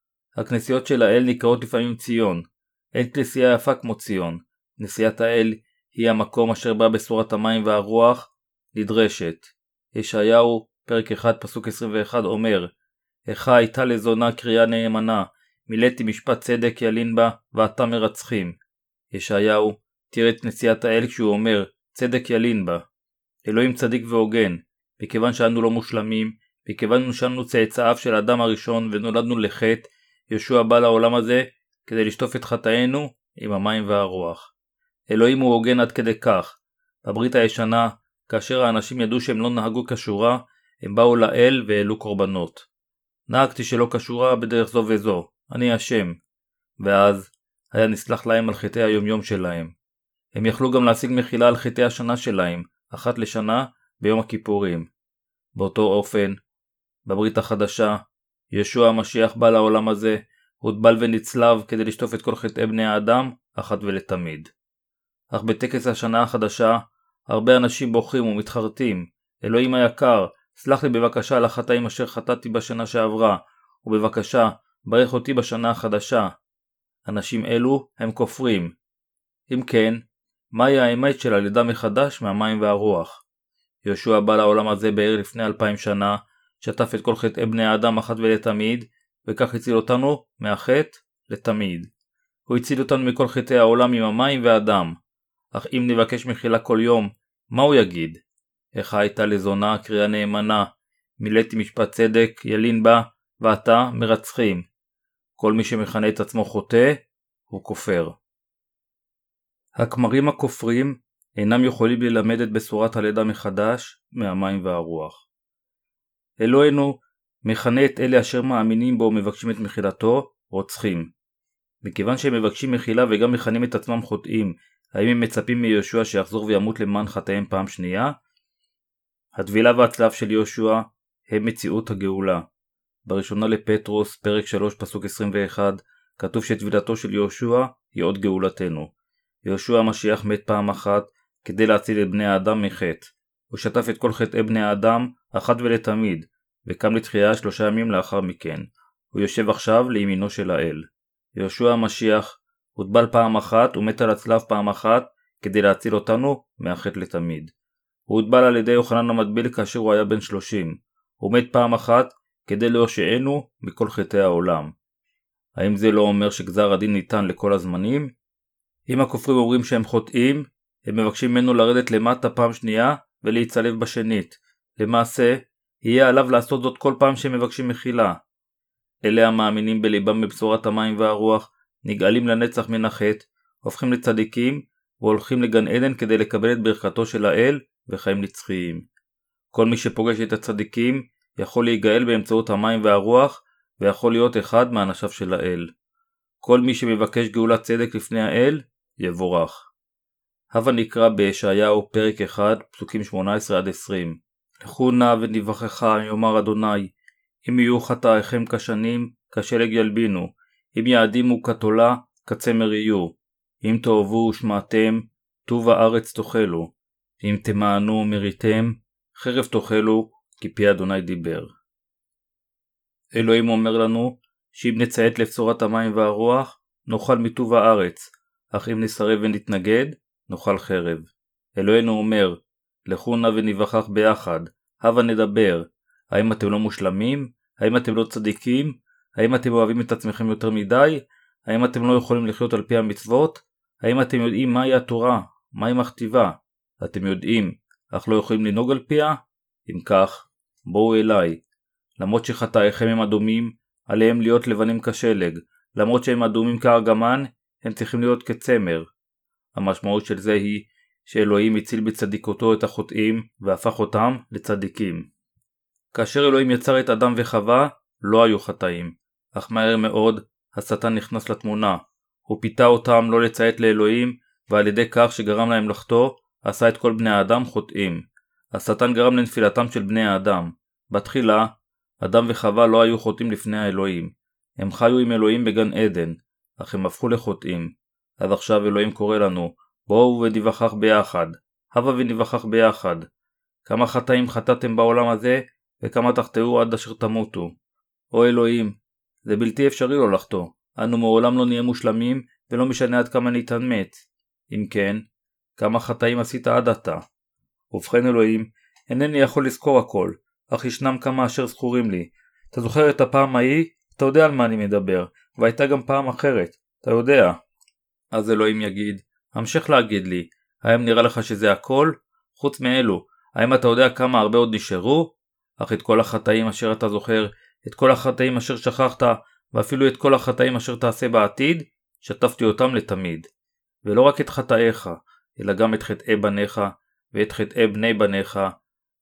הכנסיות של האל נקראות לפעמים ציון. אין כנסייה יפה כמו ציון. כנסיית האל היא המקום אשר בה בשורת המים והרוח נדרשת. ישעיהו פרק אחד פסוק עשרים ואחת אומר, איכה הייתה לזונה קריאה נאמנה, מילאתי משפט צדק ילין בה, ואתה מרצחים. ישעיהו תראה את כנסיית האל כשהוא אומר, צדק ילין בה. אלוהים צדיק והוגן, מכיוון שאנו לא מושלמים, מכיוון שאנו צאצאיו של האדם הראשון ונולדנו לחטא, ישוע בא לעולם הזה כדי לשטוף את חטאינו עם המים והרוח. אלוהים הוא הוגן עד כדי כך. בברית הישנה, כאשר האנשים ידעו שהם לא נהגו כשורה, הם באו לאל והעלו קורבנות. נהגתי שלא קשורה בדרך זו וזו, אני השם. ואז היה נסלח להם על חטאי היומיום שלהם. הם יכלו גם להשיג מחילה על חטאי השנה שלהם, אחת לשנה ביום הכיפורים. באותו אופן, בברית החדשה, ישוע המשיח בא לעולם הזה, הוטבל ונצלב כדי לשטוף את כל חטאי בני האדם, אחת ולתמיד. אך בטקס השנה החדשה, הרבה אנשים בוכים ומתחרטים. אלוהים היקר, סלח לי בבקשה על החטאים אשר חטאתי בשנה שעברה, ובבקשה, ברך אותי בשנה החדשה. אנשים אלו הם כופרים. אם כן, מהי האמת של הלידה מחדש מהמים והרוח? ישוע בא לעולם הזה בערך לפני אלפיים שנה, שטף את כל חטאי בני האדם אחת ולתמיד, וכך הציל אותנו מהחטא לתמיד. הוא הציל אותנו מכל חטאי העולם עם המים והדם. אך אם נבקש מחילה כל יום, מה הוא יגיד? איך הייתה לזונה קריאה נאמנה, מילאתי משפט צדק, ילין בה, ואתה מרצחים. כל מי שמכנה את עצמו חוטא, הוא כופר. הכמרים הכופרים אינם יכולים ללמד את בשורת הלידה מחדש מהמים והרוח. אלוהינו מכנה את אלה אשר מאמינים בו ומבקשים את מחילתו, רוצחים. מכיוון שהם מבקשים מחילה וגם מכנים את עצמם חוטאים, האם הם מצפים מישוע שיחזור וימות למען חטאיהם פעם שנייה? הטבילה והצלב של ישוע הם מציאות הגאולה. בראשונה לפטרוס, פרק שלוש, פסוק עשרים ואחת, כתוב שטבילתו של ישוע היא עוד גאולתנו. ישוע המשיח מת פעם אחת כדי להציל את בני האדם מחטא. הוא שטף את כל חטאי בני האדם אחת ולתמיד, וקם לתחייה שלושה ימים לאחר מכן. הוא יושב עכשיו לימינו של האל. ישוע המשיח הוטבל פעם אחת ומת על הצלב פעם אחת כדי להציל אותנו מהחטא לתמיד. הוא הוטבל על ידי יוחנן המטביל כאשר הוא היה בן שלושים. הוא מת פעם אחת כדי להושיענו מכל חטאי העולם. האם זה לא אומר שגזר הדין ניתן לכל הזמנים? אם הכופרים אומרים שהם חוטאים, הם מבקשים ממנו לרדת למטה פעם שנייה ולהצלב בשנית. למעשה, יהיה עליו לעשות זאת כל פעם שהם מבקשים מחילה. אלה המאמינים בליבם בבשורת המים והרוח, נגאלים לנצח מן החטא, הופכים לצדיקים והולכים לגן עדן כדי לקבל את ברכתו של האל וחיים נצחיים. כל מי שפוגש את הצדיקים יכול להיגאל באמצעות המים והרוח ויכול להיות אחד מאנשיו של האל. כל מי שמבקש גאולת צדק לפני האל יבורך. הווה נקרא בישעיהו פרק אחד פסוקים שמונה עשרה עד עשרים. לכו נא ונברכך יאמר אדוני, אם יהיו חטאיכם כשנים כשלג ילבינו, אם יעדימו כתולה כצמר יהיו, אם תאהבו ושמעתם טוב הארץ תאכלו, אם תמענו מריתם חרב תאכלו כי פי אדוני דיבר. אלוהים אומר לנו שאם נציית לבשורת המים והרוח נאכל מטוב הארץ, אך אם נסרב ונתנגד נאכל חרב. אלוהינו אומר, לכו נא ונברכך ביחד, הבה נדבר. האם אתם לא מושלמים? האם אתם לא צדיקים? האם אתם אוהבים את עצמכם יותר מדי? האם אתם לא יכולים לחיות על פי המצוות? האם אתם יודעים מהי התורה? מהי מכתיבה? אתם יודעים, אך לא יכולים לנהוג על פיה? אם כך, בואו אליי. למרות שחטאיכם הם אדומים, עליהם להיות לבנים כשלג. למרות שהם אדומים כארגמן, הם צריכים להיות כצמר. המשמעות של זה היא שאלוהים הציל בצדיקותו את החוטאים והפך אותם לצדיקים. כאשר אלוהים יצר את אדם וחווה, לא היו חטאים, אך מהר מאוד השטן נכנס לתמונה. הוא פיתה אותם לא לציית לאלוהים, ועל ידי כך שגרם להם לחטוא, עשה את כל בני האדם חוטאים. השטן גרם לנפילתם של בני האדם. בתחילה, אדם וחווה לא היו חוטאים לפני האלוהים. הם חיו עם אלוהים בגן עדן, אך הם הפכו לחוטאים. אז עכשיו אלוהים קורא לנו, בואו ונברכך ביחד, הבה ונברכך ביחד. כמה חטאים חטאתם בעולם הזה, וכמה תחטאו עד אשר תמותו. או אלוהים, זה בלתי אפשרי לא לחטוא. אנו מעולם לא נהיה מושלמים, ולא משנה עד כמה נתאמץ. אם כן, כמה חטאים עשית עד עתה? ובכן אלוהים, אינני יכול לזכור הכל, אך ישנם כמה אשר זכורים לי. אתה זוכר את הפעם ההיא? אתה יודע על מה אני מדבר, והייתה גם פעם אחרת, אתה יודע. אז אלוהים יגיד, המשך להגיד לי, האם נראה לך שזה הכל? חוץ מאלו, האם אתה יודע כמה הרבה עוד נשארו? אך את כל החטאים אשר אתה זוכר, את כל החטאים אשר שכחת, ואפילו את כל החטאים אשר תעשה בעתיד, שטפתי אותם לתמיד. ולא רק את חטאיך, אלא גם את חטאי בניך, ואת חטאי בני בניך,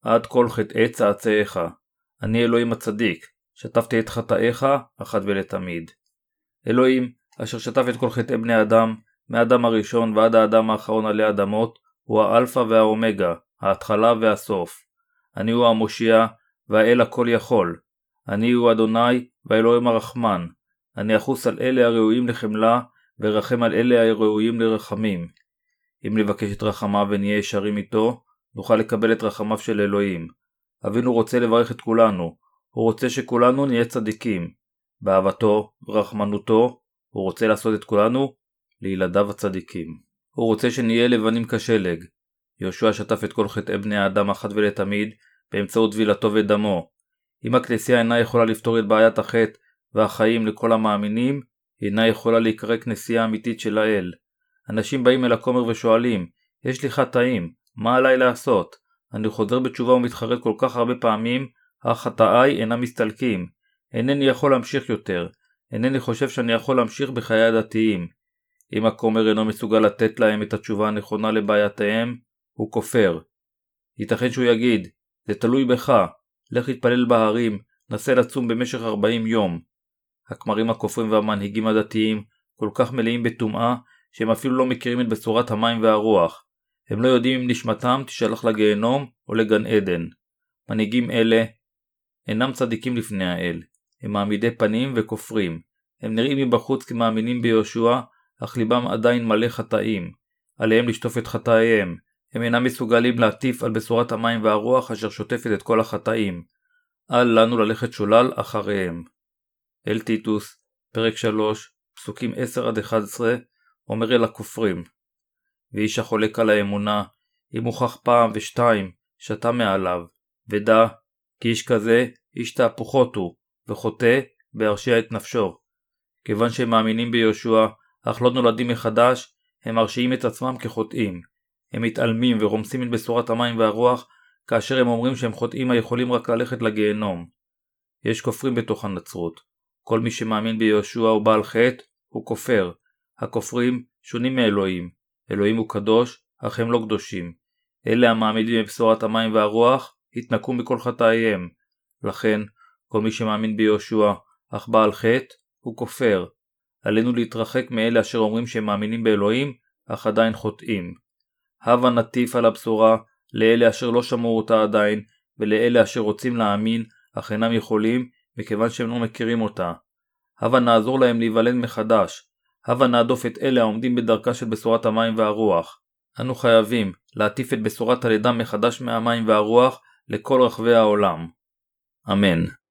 עד כל חטאי צאצאיך. אני אלוהים הצדיק, שטפתי את חטאיך אחת ולתמיד. אלוהים, אשר שטף את כל חטאי בני אדם, מאדם הראשון ועד האדם האחרון עלי אדמות, הוא האלפא והאומגה, ההתחלה והסוף. אני הוא המושיע והאל הכל יכול. אני הוא אדוני והאלוהים הרחמן. אני אחוס על אלה הראויים לחמלה, ורחם על אלה הראויים לרחמים. אם לבקש את רחמיו ונהיה ישרים איתו, נוכל לקבל את רחמיו של אלוהים. אבינו רוצה לברך את כולנו. הוא רוצה שכולנו נהיה צדיקים. באהבתו ורחמנותו, הוא רוצה לעשות את כולנו לילדיו הצדיקים. הוא רוצה שנהיה לבנים כשלג. יהושע שטף את כל חטאי בני האדם אחת ולתמיד, באמצעות טבילתו ודמו. אם הכנסייה אינה יכולה לפתור את בעיית החטא והחיים לכל המאמינים, היא אינה יכולה להיקרא כנסייה אמיתית של האל. אנשים באים אל הכומר ושואלים, יש לי חטאים, מה עליי לעשות? אני חוזר בתשובה ומתחרט כל כך הרבה פעמים, אך חטאיי אינם מסתלקים. אינני יכול להמשיך יותר. אינני חושב שאני יכול להמשיך בחיי הדתיים. אם הכומר אינו מסוגל לתת להם את התשובה הנכונה לבעייתיהם, הוא כופר. ייתכן שהוא יגיד, זה תלוי בך, לך להתפלל בהרים, נסה לצום במשך ארבעים יום. הכמרים הכופרים והמנהיגים הדתיים כל כך מלאים בטומאה, שהם אפילו לא מכירים את בשורת המים והרוח. הם לא יודעים אם נשמתם תשלח לגיהנום או לגן עדן. מנהיגים אלה אינם צדיקים לפני האל. הם מעמידי פנים וכופרים. הם נראים מבחוץ כמאמינים ביהושע, אך ליבם עדיין מלא חטאים. עליהם לשטוף את חטאיהם. הם אינם מסוגלים להטיף על בשורת המים והרוח אשר שוטפת את כל החטאים. אל לנו ללכת שולל אחריהם. אל טיטוס, פרק שלוש, פסוקים עשר עד אחת עשרה, אומר אל הכופרים. ואיש החולק על האמונה, אם הוכח פעם ושתיים, שתה מעליו, ודע, כי איש כזה, איש תהפוכות הוא, וחוטא בהרשיע את נפשו. כיוון שהם מאמינים ביהושע, אך לא נולדים מחדש, הם מרשיעים את עצמם כחוטאים. הם מתעלמים ורומסים את בשורת המים והרוח, כאשר הם אומרים שהם חוטאים היכולים רק ללכת לגיהנום. יש כופרים בתוך הנצרות. כל מי שמאמין ביהושע הוא בעל חטא, הוא כופר. הכופרים שונים מאלוהים. אלוהים הוא קדוש, אך הם לא קדושים. אלה המאמינים בבשורת המים והרוח, התנקו מכל חטאיהם. לכן, כל מי שמאמין ביהושע, אך בעל חטא, הוא כופר. עלינו להתרחק מאלה אשר אומרים שהם מאמינים באלוהים, אך עדיין חוטאים. הבה נטיף על הבשורה לאלה אשר לא שמעו אותה עדיין, ולאלה אשר רוצים להאמין, אך אינם יכולים, מכיוון שהם לא מכירים אותה. הבה נעזור להם להיוולד מחדש. הבה נעדוף את אלה העומדים בדרכה של בשורת המים והרוח. אנו חייבים להטיף את בשורת הלידה מחדש מהמים והרוח לכל רחבי העולם. אמן.